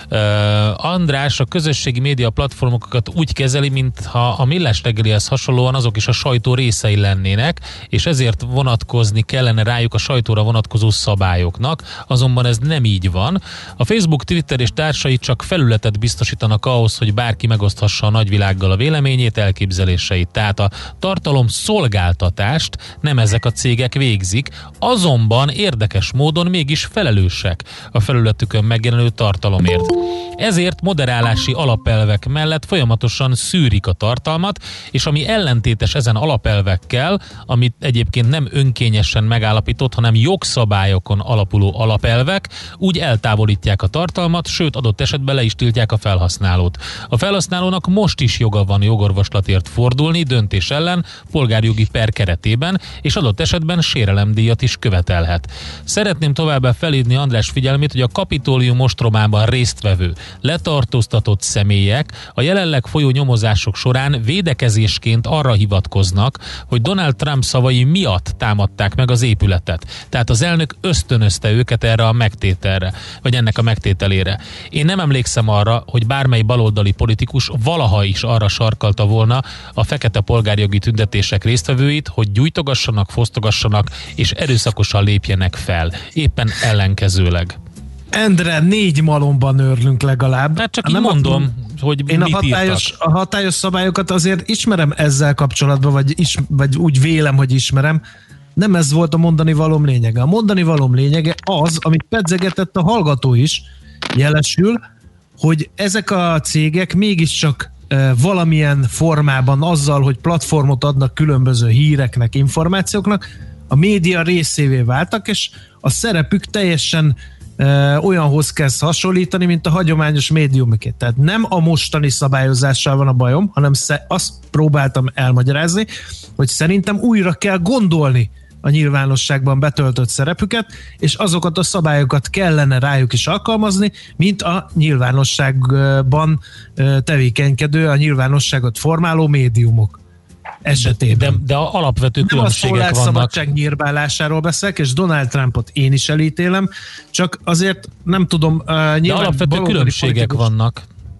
András a közösségi média platformokat úgy kezeli, mintha a Millás reggelihez hasonlóan azok is a sajtó részei lennének, és ezért vonatkozni kellene rájuk a sajtóra vonatkozó szabályoknak, azonban ez nem így van. A Facebook, Twitter és társai csak felületet biztosítanak ahhoz, hogy bárki megoszthassa a nagyvilággal a véleményét, elképzeléseit. Tehát a tartalom szolgáltatást nem ezek a cégek végzik, azonban érdekes módon mégis felelősek a felületükön megjelenő tartalomért. Ezért moderálási alapelvek mellett folyamatosan szűrik a tartalmat, és ami ellentétes ezen alapelvekkel, amit egyébként nem önkényesen megállapított, hanem jogszabályokon alapuló alapelvek, úgy eltávolítják a tartalmat, sőt adott esetben le is tiltják a felhasználót. A felhasználónak most is joga van jogorvoslatért fordulni, döntés ellen, polgárjogi per keretében, és adott esetben sérelemdíjat is követelhet. Szeretném továbbá felhívni András figyelmét, hogy a Kapitólium ostromában résztvevő, letartóztatott személyek a jelenleg folyó nyomozások során védekezésként arra hivatkoznak, hogy Donald Trump szavai miatt támadták meg az épületet. Tehát az elnök ösztönözte őket erre a megtételre, vagy ennek a megtételére. Én nem emlékszem arra, hogy bármely baloldali politikus valaha is arra sarkalta volna a fekete polgárjogi tüntetések résztvevőit, hogy gyújtogassanak, fosztogassanak és erőszakosan lépjenek fel. Éppen ellenkezőleg. Endre, 4 malomban őrlünk legalább. Hát csak így mondom, hogy én mit a hatályos szabályokat azért ismerem ezzel kapcsolatban, vagy úgy vélem, hogy ismerem. Nem ez volt a mondani valóm lényege. A mondani valóm lényege az, amit pedzegetett a hallgató is, jelesül, hogy ezek a cégek mégiscsak valamilyen formában azzal, hogy platformot adnak különböző híreknek, információknak, a média részévé váltak, és a szerepük teljesen olyanhoz kezd hasonlítani, mint a hagyományos médiumoké. Tehát nem a mostani szabályozással van a bajom, hanem azt próbáltam elmagyarázni, hogy szerintem újra kell gondolni a nyilvánosságban betöltött szerepüket, és azokat a szabályokat kellene rájuk is alkalmazni, mint a nyilvánosságban tevékenykedő, a nyilvánosságot formáló médiumok esetében. De alapvető különbségek vannak. Nem a szólásszabadság nyírbálásáról beszélek, és Donald Trumpot én is elítélem, csak azért nem tudom... De alapvető különbségek vannak,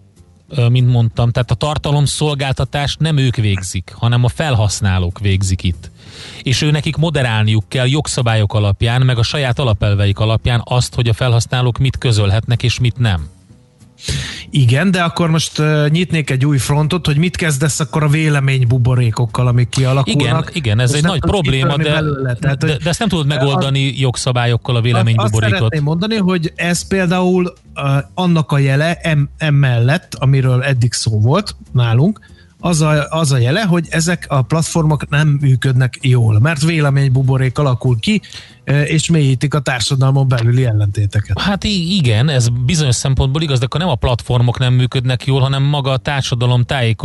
mint mondtam, tehát a tartalomszolgáltatást nem ők végzik, hanem a felhasználók végzik itt. És nekik moderálniuk kell jogszabályok alapján, meg a saját alapelveik alapján azt, hogy a felhasználók mit közölhetnek és mit nem. Igen, de akkor most nyitnék egy új frontot, hogy mit kezdesz akkor a véleménybuborékokkal, amik kialakulnak. Igen, ez egy nagy probléma, de ezt nem tudod megoldani jogszabályokkal a véleménybuborékot. Azt szeretném mondani, hogy ez például annak a jele emellett, amiről eddig szó volt nálunk, az a jele, hogy ezek a platformok nem működnek jól, mert véleménybuborék alakul ki, és mélyítik a társadalmon belüli ellentéteket. Hát igen, ez bizonyos szempontból igaz, de akkor nem a platformok nem működnek jól, hanem maga a társadalom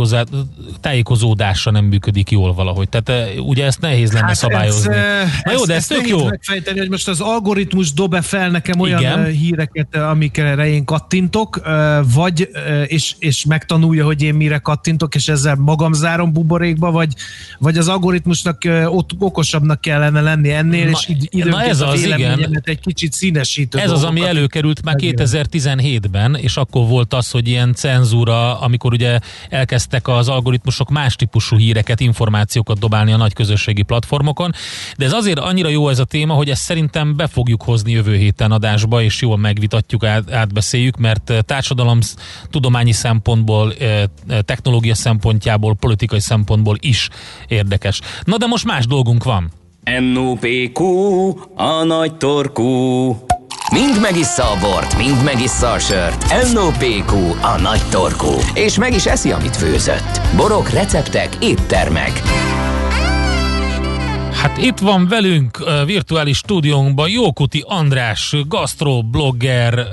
tájékozódása nem működik jól valahogy. Tehát ugye ezt nehéz lenne szabályozni. Na jó, de ez tök jó. Megfejteni, hogy most az algoritmus dob-e fel nekem olyan híreket, amikre én kattintok, vagy és megtanulja, hogy én mire kattintok, és ezzel magam zárom buborékba, vagy az algoritmusnak ott okosabbnak kellene lenni ennél, és ez az, igen. Egy kicsit színesítő. Ez az, ami előkerült már 2017-ben, és akkor volt az, hogy ilyen cenzúra, amikor ugye elkezdtek az algoritmusok más típusú híreket, információkat dobálni a nagy közösségi platformokon, de ez azért annyira jó ez a téma, hogy ezt szerintem be fogjuk hozni jövő héten adásba, és jól megvitatjuk, átbeszéljük, mert társadalom tudományi szempontból, technológia szempontjából, politikai szempontból is érdekes. Na de most más dolgunk van. NOPQ, a nagy torkú. Mind megissza a bort, mind megissza a sört. NOPQ, a nagy torkú. És meg is eszi, amit főzött. Borok, receptek, éttermek. Hát itt van velünk virtuális stúdiónkban Jókuti András, gasztroblogger,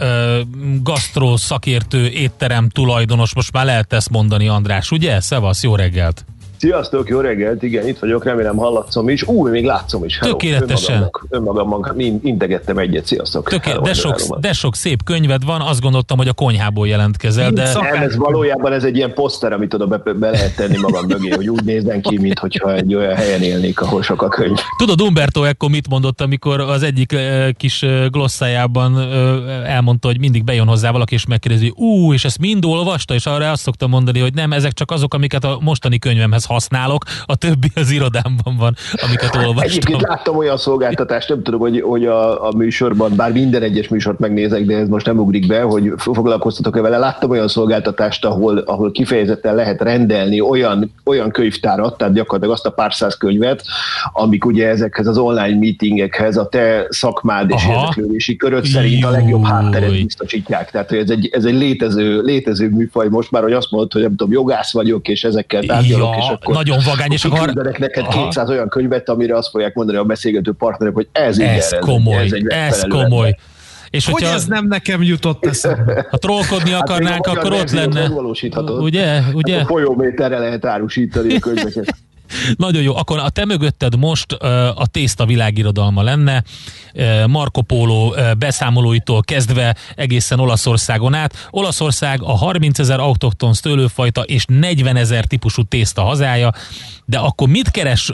gasztroszakértő, étterem tulajdonos. Most már lehet ezt mondani, András, ugye? Szevasz, jó reggelt! Sziasztok, jó reggelt, igen, itt vagyok, remélem hallatszom is. Még látszom is. Hello. Tökéletesen. Önmagammal integettem egyet, sziasztok. De sok szép könyved van, azt gondoltam, hogy a konyhából jelentkezel, de... Ez valójában ez egy ilyen poszter, amit oda be lehet tenni magam mögé, hogy úgy nézzen ki, mintha egy olyan helyen élnék, ahol sok a könyv. Tudod, Umberto Eco mit mondott, amikor az egyik kis glosszájában elmondta, hogy mindig bejön hozzá valaki, és megkérdezi, és ezt mind olvasta, és arra azt szoktam mondani, hogy nem, ezek csak azok, amiket a mostani könyvemhez használok, a többi az irodámban van, amiket olvastam. Egyébként láttam olyan szolgáltatást, nem tudom, hogy a műsorban, bár minden egyes műsort megnézek, de ez most nem ugrik be, hogy foglalkoztatok-e vele. Láttam olyan szolgáltatást, ahol kifejezetten lehet rendelni olyan könyvtárat, tehát gyakorlatilag azt a pár száz könyvet, amik ugye ezekhez az online meetingekhez a te szakmád és érdeklődési köröd szerint a legjobb hátteret biztosítják. Tehát ez egy létező műfaj most már, hogy azt mondod, hogy nem tudom, jogász vagyok, és ezekkel tárgyalok, és akkor nagyon vagány, és akkor küldenek neked 200 olyan könyvet, amire azt fogják mondani a beszélgető partnerek, hogy ez komoly. És hogy ez nem nekem jutott eszembe. Ha trollkodni akarnánk, akkor ott lenne. Ugye? A folyóméterre lehet árusítani a könyveket. Nagyon jó. Akkor a te mögötted most a tészta világirodalma lenne, Marco Polo beszámolóitól kezdve egészen Olaszországon át. Olaszország a 30 000 autochton szőlőfajta és 40 000 típusú tészta hazája, de akkor mit keres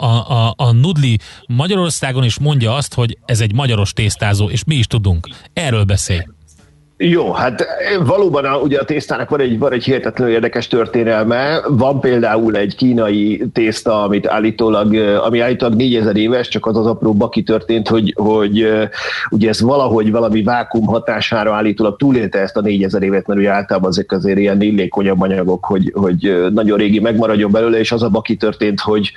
a Nudli Magyarországon, és mondja azt, hogy ez egy magyaros tésztázó, és mi is tudunk. Erről beszélj. Jó, hát valóban ugye a tésztának van egy hihetetlenül érdekes történelme. Van például egy kínai tészta, ami állítólag 4000 éves, csak az apró baki történt, hogy ugye ez valahogy valami vákum hatására állítólag túlélte ezt a 4000 évet, mert ugye általában ezek azért ilyen illékonyabb anyagok, hogy nagyon régi megmaradjon belőle, és az a baki történt,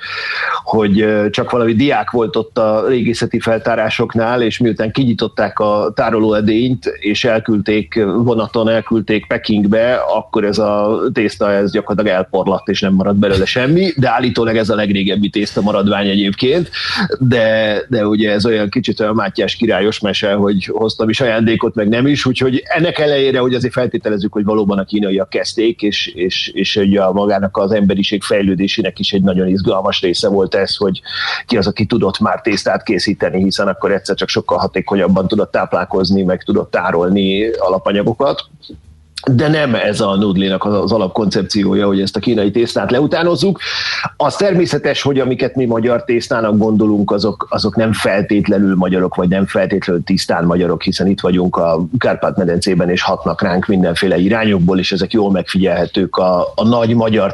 hogy csak valami diák volt ott a régészeti feltárásoknál, és miután kinyitották a tárolóedényt, és vonaton elküldték Pekingbe, akkor ez a tészta ez gyakorlatilag elporlatt, és nem maradt belőle semmi, de állítólag ez a legrégebbi tészta maradvány egyébként, de ugye ez olyan kicsit olyan Mátyás királyos mese, hogy hoztam is ajándékot, meg nem is, úgyhogy ennek ellenére, hogy azért feltételezzük, hogy valóban a kínaiak kezdték, és ugye a magának az emberiség fejlődésének is egy nagyon izgalmas része volt ez, hogy ki az, aki tudott már tésztát készíteni, hiszen akkor egyszer csak sokkal hatékonyabban tudott táplálkozni, meg tudott tárolni alapanyagokat. De nem ez a Nudlinak az alapkoncepciója, hogy ezt a kínai tésztát leutánozzuk. Az természetes, hogy amiket mi magyar tésztának gondolunk, azok nem feltétlenül magyarok, vagy nem feltétlenül tisztán magyarok, hiszen itt vagyunk a Kárpát-medencében, és hatnak ránk mindenféle irányokból, és ezek jól megfigyelhetők a nagy magyar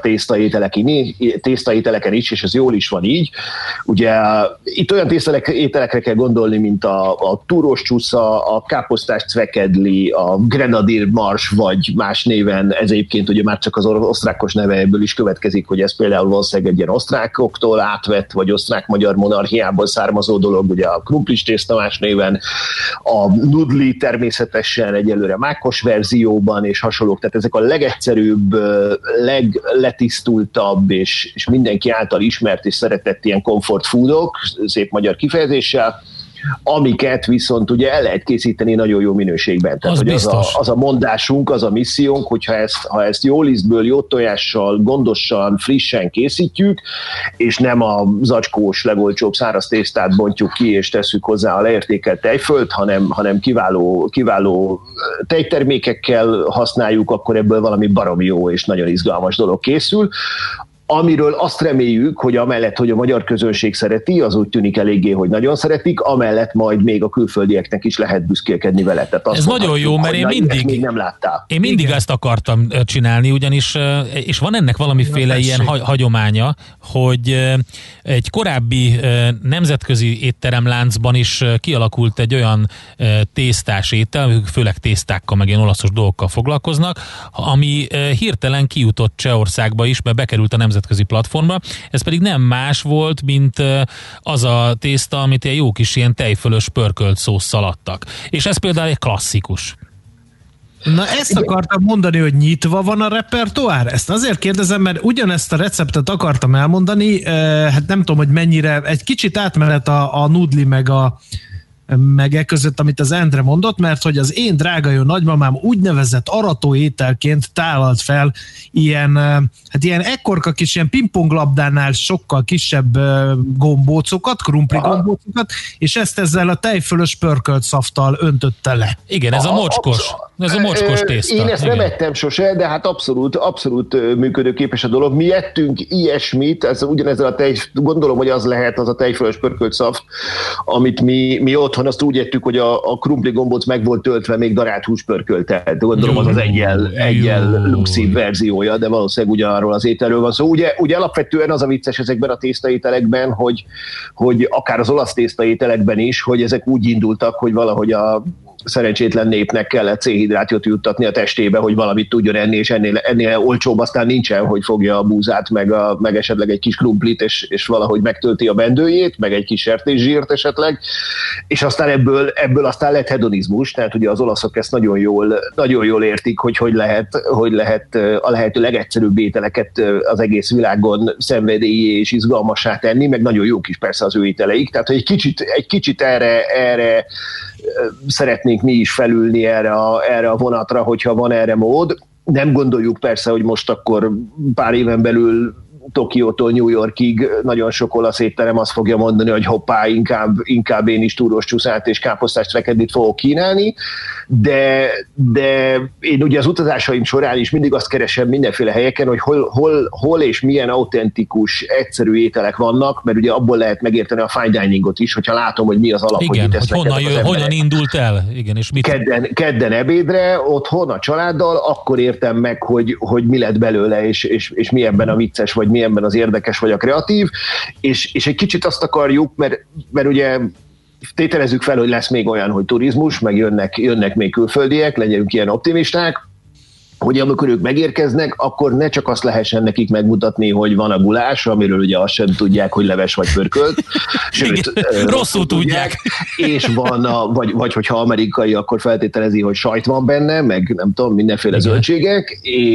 tésztaételeken is, és ez jól is van így. Ugye itt olyan tésztaételekre kell gondolni, mint a túros csúsza, a káposztás cvekedli, a grenadír mars, vagy más néven, ez egyébként ugye már csak az osztrákos neve ebből is következik, hogy ez például valószínűleg egy ilyen osztrákoktól átvett, vagy osztrák-magyar monarchiából származó dolog, ugye a krumplis tészta más néven, a nudli természetesen egyelőre mákos verzióban, és hasonlók, tehát ezek a legegyszerűbb, legletisztultabb, és mindenki által ismert és szeretett ilyen comfort foodok, szép magyar kifejezéssel, amiket viszont ugye el lehet készíteni nagyon jó minőségben. Tehát, hogy az a mondásunk, az a missziónk, hogy ha ezt jó lisztből, jó tojással, gondosan, frissen készítjük, és nem a zacskós, legolcsóbb száraz tésztát bontjuk ki, és tesszük hozzá a leértékelt tejfölt, hanem kiváló tejtermékekkel használjuk, akkor ebből valami baromi jó és nagyon izgalmas dolog készül. Amiről azt reméljük, hogy amellett, hogy a magyar közönség szereti, az úgy tűnik eléggé, hogy nagyon szeretik, amellett majd még a külföldieknek is lehet büszkélkedni vele. Tehát ez nagyon jó, mert én nem láttál. Én mindig ezt akartam csinálni, ugyanis, és van ennek valamiféle ilyen hagyománya, hogy egy korábbi nemzetközi étteremláncban is kialakult egy olyan tésztás étel, főleg tésztákkal, meg ilyen olaszos dolgokkal foglalkoznak, ami hirtelen kijutott Csehországba is, mert bekerült a nemzetközi nemzetközi platformra. Ez pedig nem más volt, mint az a tészta, amit ilyen jó kis ilyen tejfölös pörkölt szósszal adtak. És ez például egy klasszikus. Na ezt akartam mondani, hogy nyitva van a repertoár? Ezt azért kérdezem, mert ugyanezt a receptet akartam elmondani, hát nem tudom, hogy mennyire, egy kicsit átmenet a nudli meg között, amit az Endre mondott, mert hogy az én drága jó nagymamám úgynevezett arató ételként tálalt fel ilyen ekkorka kis ilyen pingponglabdánál sokkal kisebb gombócokat, krumpli gombócokat, és ezt ezzel a tejfölös pörkölt szafttal öntötte le. Igen, ez a mocskos tészta. Én ezt nem ettem sose, de hát abszolút működőképes a dolog. Mi ettünk ilyesmit, ugyanezzel gondolom, hogy az lehet az a tejfölös pörkölt szaft, amit mi otthon azt úgy ettük, hogy a krumpli gombóc meg volt töltve még darált húspörköltel. Gondolom az egyel luxív verziója, de valószínűleg ugyanarról az ételről van szó. Ugye alapvetően az a vicces ezekben a tésztaételekben, hogy akár az olasz tésztaételekben is, hogy ezek úgy indultak, hogy valahogy a szerencsétlen népnek kellett szénhidrátot juttatni a testébe, hogy valamit tudjon enni, és ennél olcsóbb aztán nincsen, hogy fogja a búzát, meg esetleg egy kis krumplit, és valahogy megtölti a bendőjét, meg egy kis sertészsírt esetleg, és aztán ebből aztán lett hedonizmus, tehát ugye az olaszok ezt nagyon jól értik, hogy lehet a lehető legegyszerűbb ételeket az egész világon szenvedélyé és izgalmassá tenni, meg nagyon jók is persze az ő ételeik, tehát hogy egy kicsit erre szeretnénk mi is felülni erre a vonatra, hogyha van erre mód. Nem gondoljuk persze, hogy most akkor pár éven belül Tokiótól New Yorkig nagyon sok olasz étterem azt fogja mondani, hogy hoppá, inkább én is túros csúszát és káposztás rekedlit fogok kínálni, de én ugye az utazásaim során is mindig azt keresem mindenféle helyeken, hogy hol és milyen autentikus, egyszerű ételek vannak, mert ugye abból lehet megérteni a fine diningot is, hogyha látom, hogy mi az alap, igen, hogy mit esznek. Honnan indult el? Igen, és mit? Kedden ebédre, otthon a családdal, akkor értem meg, hogy mi lett belőle, és mi ebben a vicces, vagy mi ebben az érdekes, vagy a kreatív, és egy kicsit azt akarjuk, mert ugye tételezzük fel, hogy lesz még olyan, hogy turizmus, meg jönnek még külföldiek, legyünk ilyen optimisták, hogy amikor ők megérkeznek, akkor ne csak azt lehessen nekik megmutatni, hogy van a gulás, amiről ugye azt sem tudják, hogy leves vagy pörkölt. Sőt, rosszul tudják. És van, vagy hogyha amerikai, akkor feltételezi, hogy sajt van benne, meg nem tudom, mindenféle zöldségek,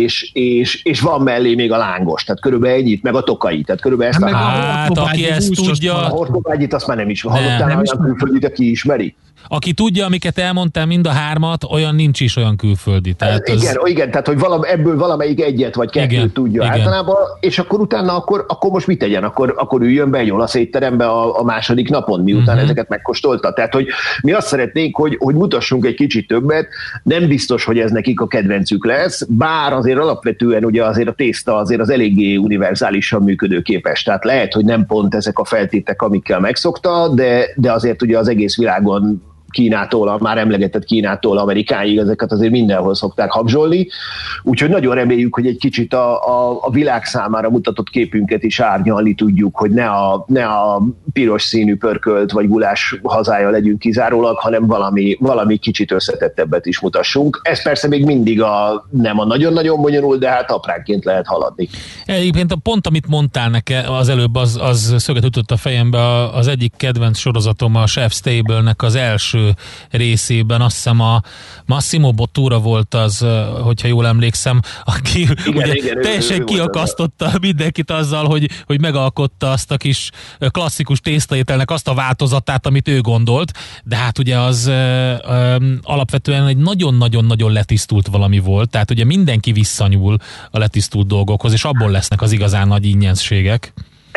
és van mellé még a lángos, tehát körülbelül ennyit, meg a tokai, tehát körülbelül ezt aki ezt tudja. A hortobágyit azt már nem is hallottál, olyan külföldit, aki ismeri. Aki tudja, amiket elmondtál, mind a hármat, olyan nincs is olyan külföldi. Tehát igen, tehát hogy ebből valamelyik egyet vagy kettőt tudja általában, és akkor utána akkor most mit tegyen? Akkor üljön be egy olasz étterembe a második napon, miután ezeket megkóstolta. Tehát, hogy mi azt szeretnénk, hogy mutassunk egy kicsit többet, nem biztos, hogy ez nekik a kedvencük lesz, bár azért alapvetően ugye azért a tészta azért az eléggé univerzálisan működőképes. Tehát lehet, hogy nem pont ezek a feltétek, amikkel megszokta, de azért ugye az egész világon Kínától, a már emlegetett Kínától Amerikáig, ezeket azért mindenhol szokták habzsolni. Úgyhogy nagyon reméljük, hogy egy kicsit a világ számára mutatott képünket is árnyalni tudjuk, hogy ne a piros színű pörkölt vagy gulás hazája legyünk kizárólag, hanem valami kicsit összetettebbet is mutassunk. Ez persze még mindig nem a nagyon-nagyon bonyolult, de hát apránként lehet haladni. Egyébként a pont, amit mondtál nekem az előbb, az szöget ütött a fejembe, az egyik kedvenc sorozatom a Chef's Table-nek az első részében, azt hiszem a Massimo Bottura volt az, hogyha jól emlékszem, aki igen, teljesen kiakasztotta mindenkit azzal, hogy megalkotta azt a kis klasszikus tésztaételnek azt a változatát, amit ő gondolt, de hát ugye az alapvetően egy nagyon-nagyon-nagyon letisztult valami volt, tehát ugye mindenki visszanyúl a letisztult dolgokhoz, és abból lesznek az igazán nagy ingyenségek.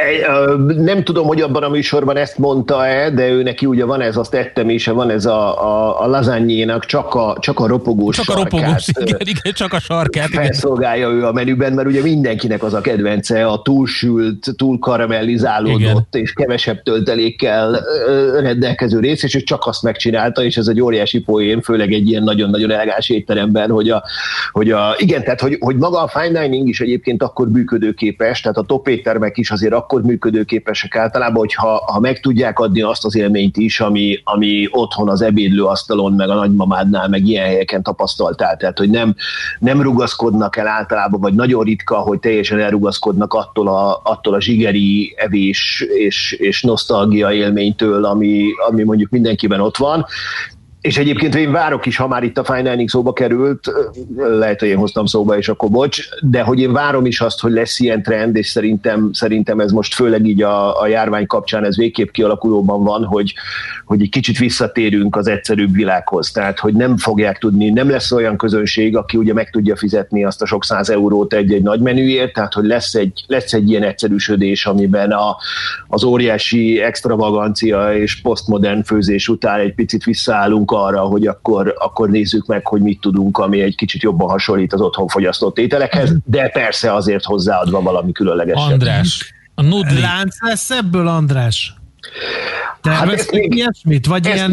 Nem tudom, hogy abban a műsorban ezt mondta-e, de ő neki ugye van ez, azt ettem is, van ez a lasagne-nak csak a ropogós sarkát. Igen, csak a sarkát. Felszolgálja ő a menüben, mert ugye mindenkinek az a kedvence, a túlsült, túl karamellizálódott és kevesebb töltelékkel rendelkező rész, és ő csak azt megcsinálta, és ez egy óriási poén, főleg egy ilyen nagyon-nagyon elegáns étteremben, igen, tehát hogy maga a fine dining is egyébként akkor működőképes, tehát a top éttermek is azért akkor működőképesek általában, hogyha meg tudják adni azt az élményt is, ami otthon az ebédlőasztalon, meg a nagymamádnál, meg ilyen helyeken tapasztaltál. Tehát, hogy nem rugaszkodnak el általában, vagy nagyon ritka, hogy teljesen elrugaszkodnak attól a zsigeri evés és nosztalgia élménytől, ami mondjuk mindenkiben ott van. És egyébként én várok is, ha már itt a Fine Dining szóba került, lehet, hogy én hoztam szóba, és akkor bocs, de hogy én várom is azt, hogy lesz ilyen trend, és szerintem ez most főleg így a járvány kapcsán ez végképp kialakulóban van, hogy egy kicsit visszatérünk az egyszerűbb világhoz. Tehát, hogy nem fogják tudni, nem lesz olyan közönség, aki ugye meg tudja fizetni azt a sok 100 eurót egy nagy menüért, tehát, hogy lesz egy ilyen egyszerűsödés, amiben az óriási extravagancia és posztmodern főzés után egy picit visszaállunk arra, hogy akkor nézzük meg, hogy mit tudunk, ami egy kicsit jobban hasonlít az otthon fogyasztott ételekhez, de persze azért hozzáadva valami különlegeset. András, a nudli. Lánc lesz ebből, András? Tervezték még ilyesmit? Vagy ilyen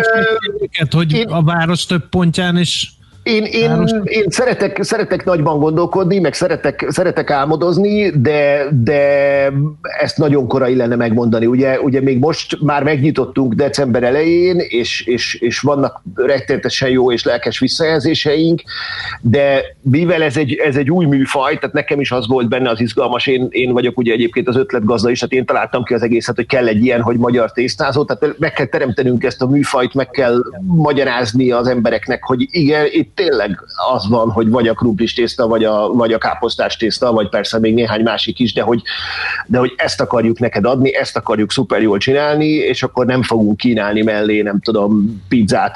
hogy a város több pontján is... Én szeretek nagyban gondolkodni, meg szeretek álmodozni, de ezt nagyon korai lenne megmondani. Ugye még most már megnyitottunk december elején, és vannak rettenetesen jó és lelkes visszajelzéseink, de mivel ez egy új műfaj, tehát nekem is az volt benne az izgalmas, én vagyok ugye egyébként az ötletgazda is, tehát én találtam ki az egészet, hogy kell egy ilyen, hogy magyar tésztázó, tehát meg kell teremtenünk ezt a műfajt, meg kell magyarázni az embereknek, hogy igen, itt tényleg az van, hogy vagy a krumplis tészta, vagy a káposztás tészta, vagy persze még néhány másik is, de hogy ezt akarjuk neked adni, ezt akarjuk szuper jól csinálni, és akkor nem fogunk kínálni mellé, nem tudom, pizzát,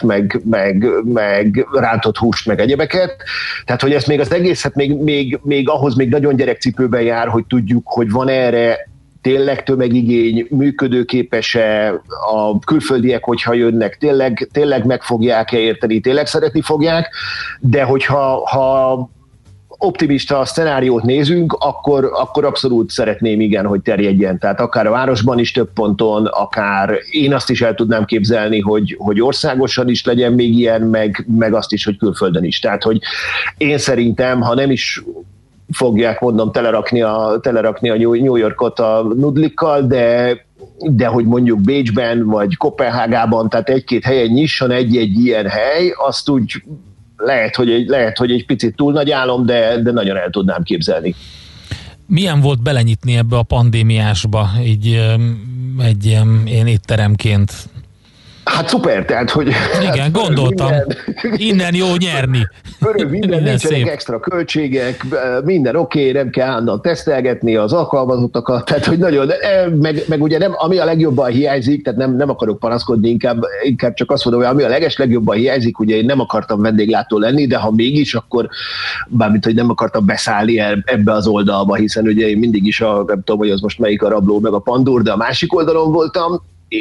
meg rántott húst, meg egyebeket. Tehát, hogy ezt még az egészet még ahhoz még nagyon gyerekcipőben jár, hogy tudjuk, hogy van erre tényleg tömegigény, működőképes-e, a külföldiek, hogyha jönnek, tényleg meg fogják-e érteni, tényleg szeretni fogják, de hogyha optimista szenáriót nézünk, akkor abszolút szeretném, igen, hogy terjedjen. Tehát akár a városban is több ponton, akár én azt is el tudnám képzelni, hogy országosan is legyen még ilyen, meg azt is, hogy külföldön is. Tehát, hogy én szerintem, ha nem is fogják, mondom, telerakni a New Yorkot a nudlikkal, de hogy mondjuk Bécsben vagy Koppenhágában, tehát egy-két helyen nyisson egy-egy ilyen hely, azt úgy lehet, hogy egy picit túl nagy álom, de nagyon el tudnám képzelni. Milyen volt belenyitni ebbe a pandémiásba, így egy ilyen étteremként? Hát szuper, tehát, hogy... Igen, gondoltam. Innen jó nyerni. Minden nincsenek extra költségek, minden oké, nem kell állandóan tesztelgetni az alkalmazottakat, tehát, hogy nagyon... Meg ugye nem, ami a legjobban hiányzik, tehát nem akarok panaszkodni, inkább csak azt mondom, hogy ami a legjobban hiányzik, ugye én nem akartam vendéglátó lenni, de ha mégis, akkor bármint, hogy nem akartam beszállni ebbe az oldalba, hiszen ugye én mindig is nem tudom, hogy az most melyik a rabló, meg a pandúr, de a másik oldalon voltam,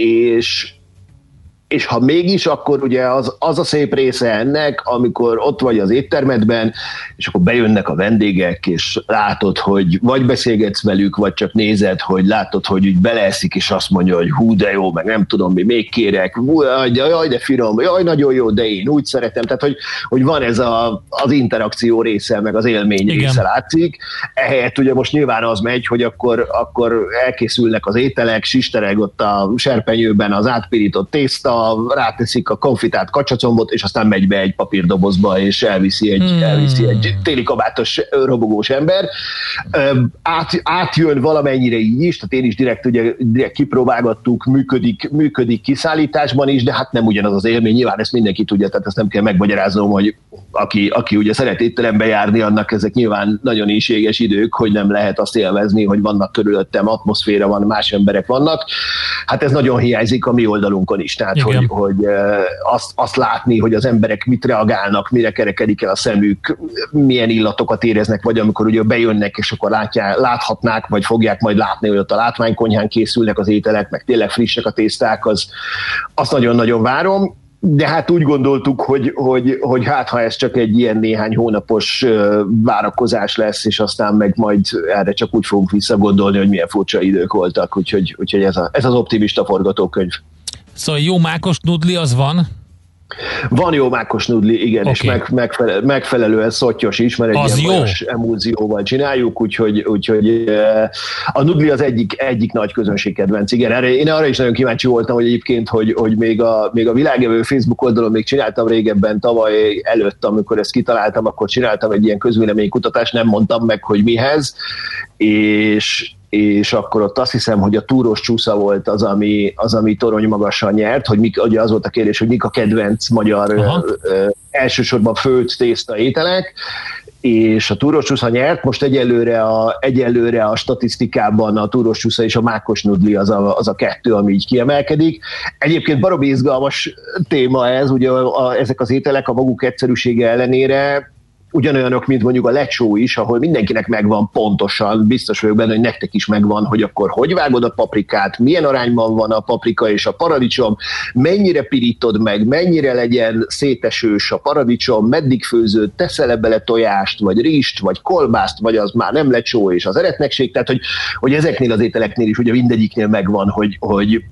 és ha mégis, akkor ugye az a szép része ennek, amikor ott vagy az éttermedben, és akkor bejönnek a vendégek, és látod, hogy vagy beszélgetsz velük, vagy csak nézed, hogy látod, hogy úgy beleeszik, és azt mondja, hogy hú, de jó, meg nem tudom, mi még kérek, jaj, de finom, jaj, nagyon jó, de én úgy szeretem. Tehát, hogy van ez az interakció része, meg az élmény része látszik. Ehelyett ugye most nyilván az megy, hogy akkor elkészülnek az ételek, sistereg ott a serpenyőben az átpirított tészta, ráteszik a konfitált kacsacombot, és aztán megy be egy papírdobozba, és elviszi egy téli kabátos robogós ember. Átjön valamennyire így is, tehát én is direkt kipróbálgattuk, működik kiszállításban is, de hát nem ugyanaz az élmény, nyilván ezt mindenki tudja, tehát ezt nem kell megmagyaráznom, hogy aki ugye szeret étterembe járni, annak ezek nyilván nagyon inséges idők, hogy nem lehet azt élvezni, hogy vannak körülöttem, atmoszféra van, más emberek vannak. Hát ez nagyon hiányzik a mi oldalunkon is, tehát hogy azt látni, hogy az emberek mit reagálnak, mire kerekedik el a szemük, milyen illatokat éreznek, vagy amikor ugye bejönnek, és akkor láthatnák, vagy fogják majd látni, hogy ott a látványkonyhán készülnek az ételek, meg tényleg frissek a tészták, azt nagyon-nagyon várom. De hát úgy gondoltuk, hogy hát ha ez csak egy ilyen néhány hónapos várakozás lesz, és aztán meg majd erre csak úgy fogunk visszagondolni, hogy milyen furcsa idők voltak, úgyhogy ez az optimista forgatókönyv. Szóval jó mákos nudli az van? Van jó mákos nudli, igen, és megfelelően szottyos is, mert egy ilyen bajos emulzióval csináljuk, úgyhogy a nudli az egyik nagy közönségkedvenc. Igen, én arra is nagyon kíváncsi voltam, hogy egyébként, hogy még a Világevő Facebook oldalon még csináltam régebben, tavaly előtt, amikor ezt kitaláltam, akkor csináltam egy ilyen közvéleménykutatást, nem mondtam meg, hogy mihez, és akkor ott azt hiszem, hogy a túros csúsza volt az, ami torony magasan nyert, hogy ugye az volt a kérdés, hogy mik a kedvenc magyar elsősorban főtt tészta ételek, és a túros csúsza nyert, most egyelőre a statisztikában a túros csúsza és a mákos nudli az a kettő, ami így kiemelkedik. Egyébként baromi izgalmas téma ez, ugye ezek az ételek a maguk egyszerűsége ellenére ugyanolyanok, mint mondjuk a lecsó is, ahol mindenkinek megvan pontosan, biztos vagyok benne, hogy nektek is megvan, hogy akkor hogy vágod a paprikát, milyen arányban van a paprika és a paradicsom, mennyire pirítod meg, mennyire legyen szétesős a paradicsom, meddig főződ, teszel bele tojást, vagy rizst, vagy kolbászt, vagy az már nem lecsó és az eretnekség, tehát hogy ezeknél az ételeknél is ugye mindegyiknél megvan, hogy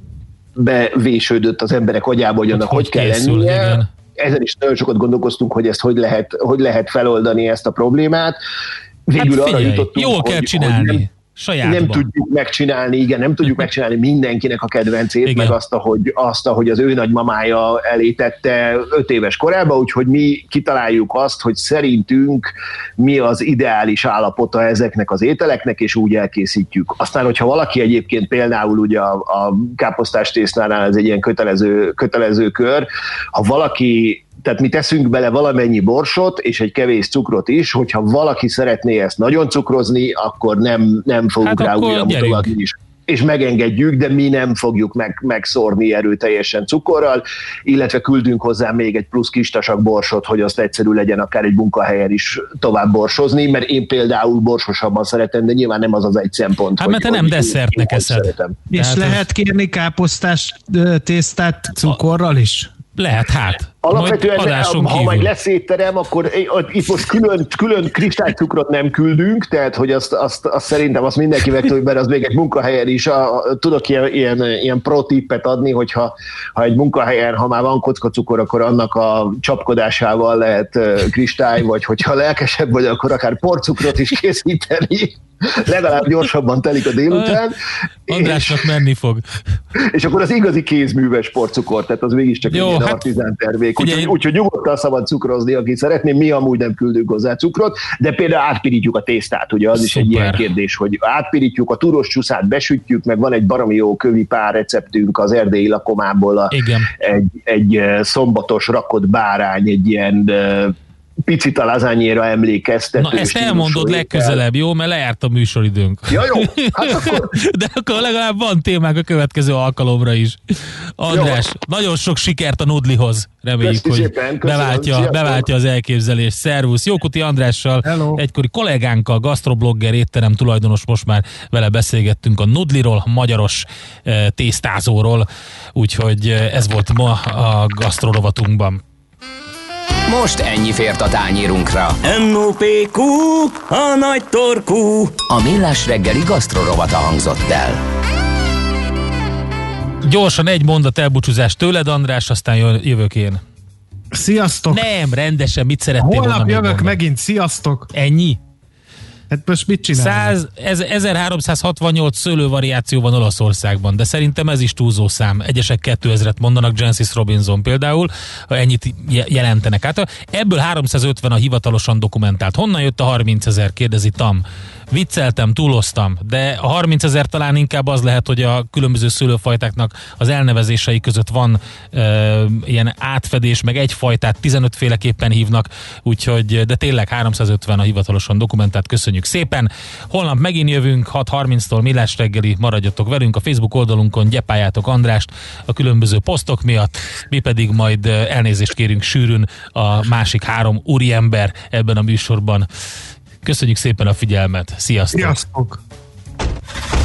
bevésődött az emberek agyába, hogy annak hogy kell lennie. Igen. Ezen is nagyon sokat gondolkoztunk, hogy ezt hogy lehet feloldani ezt a problémát. Végül arra jutottunk, jól kell csinálni. Nem tudjuk megcsinálni, nem tudjuk megcsinálni mindenkinek a kedvencét, igen. Meg azt, ahogy az ő nagymamája elé tette 5 éves korában, úgyhogy mi kitaláljuk azt, hogy szerintünk mi az ideális állapota ezeknek az ételeknek, és úgy elkészítjük. Aztán, hogyha valaki egyébként például ugye a káposztás tésztánál ez egy ilyen kötelező kör, ha valaki, tehát mi teszünk bele valamennyi borsot, és egy kevés cukrot is, hogyha valaki szeretné ezt nagyon cukrozni, akkor nem fogunk rá újra mutogatni is. És megengedjük, de mi nem fogjuk megszórni erőteljesen cukorral, illetve küldünk hozzá még egy plusz kistasak borsot, hogy azt egyszerű legyen akár egy munkahelyen is tovább borsozni, mert én például borsosabban szeretem, de nyilván nem az egy szempont. Hát mert te nem desszertnek eszed. És lehet kérni káposztás tésztát cukorral is? Lehet, hát. Alapvetően, ha majd lesz étterem, akkor itt most külön kristálycukrot nem küldünk, tehát hogy azt szerintem azt mindenki megtudja, mert az még egy munkahelyen is. Tudok ilyen pro tippet adni, hogyha egy munkahelyen, ha már van kockacukor, akkor annak a csapkodásával lehet kristály, vagy hogyha lelkesebb vagy, akkor akár porcukrot is készíteni. Legalább gyorsabban telik a délután. Andrásnak menni fog. És akkor az igazi kézműves porcukor, tehát az mégiscsak egy ilyen artizán termék. Úgyhogy nyugodtan szabad cukrozni, aki szeretné, mi amúgy nem küldünk hozzá cukrot, de például átpirítjuk a tésztát, ugye az is egy ilyen kérdés, hogy átpirítjuk, a túros csúszát besütjük, meg van egy baromi jó kövi pár receptünk az erdélyi lakomából, egy szombatos rakott bárány, egy ilyen picit a lazányéra emlékeztető. Na ezt elmondod legközelebb, jó? Mert lejárt a műsoridőnk. Ja, jó. Hát akkor... De akkor legalább van témák a következő alkalomra is. András, jó. Nagyon sok sikert a nudlihoz. Reméljük, hogy beváltja az elképzelést. Szervusz. Jókuti Andrással, hello. Egykori kollégánkkal, gasztroblogger, étterem tulajdonos, most már vele beszélgettünk a nudliról, magyaros tésztázóról. Úgyhogy ez volt ma a gasztrorovatunkban. Most ennyi fért a tányérunkra. NOPQ, a nagy torkú. A Millás reggeli gasztrorovata hangzott el. Gyorsan egy mondat elbúcsúzás tőled, András, aztán jövök én. Sziasztok! Nem, rendesen, mit szerettél volna holnap jövök megint, sziasztok! Ennyi? Hát most mit csinálni? 1368 szőlővariáció van Olaszországban, de szerintem ez is túlzó szám. Egyesek 2000-et mondanak, Jancis Robinson például, ha ennyit jelentenek át. Ebből 350 a hivatalosan dokumentált. Honnan jött a 30 000? Kérdezi Tam. Vicceltem, túloztam, de a 30 000 talán inkább az lehet, hogy a különböző szőlőfajtáknak az elnevezései között van ilyen átfedés, meg egy fajtát 15 féleképpen hívnak, úgyhogy, de tényleg 350 a hivatalosan dokumentált. Köszönjük szépen. Holnap megint jövünk 6:30-tól Millás reggeli, maradjatok velünk a Facebook oldalunkon, gyepáljátok Andrást a különböző posztok miatt, mi pedig majd elnézést kérünk sűrűn a másik 3 úriember ebben a műsorban. Köszönjük szépen a figyelmet. Sziasztok! Sziasztok!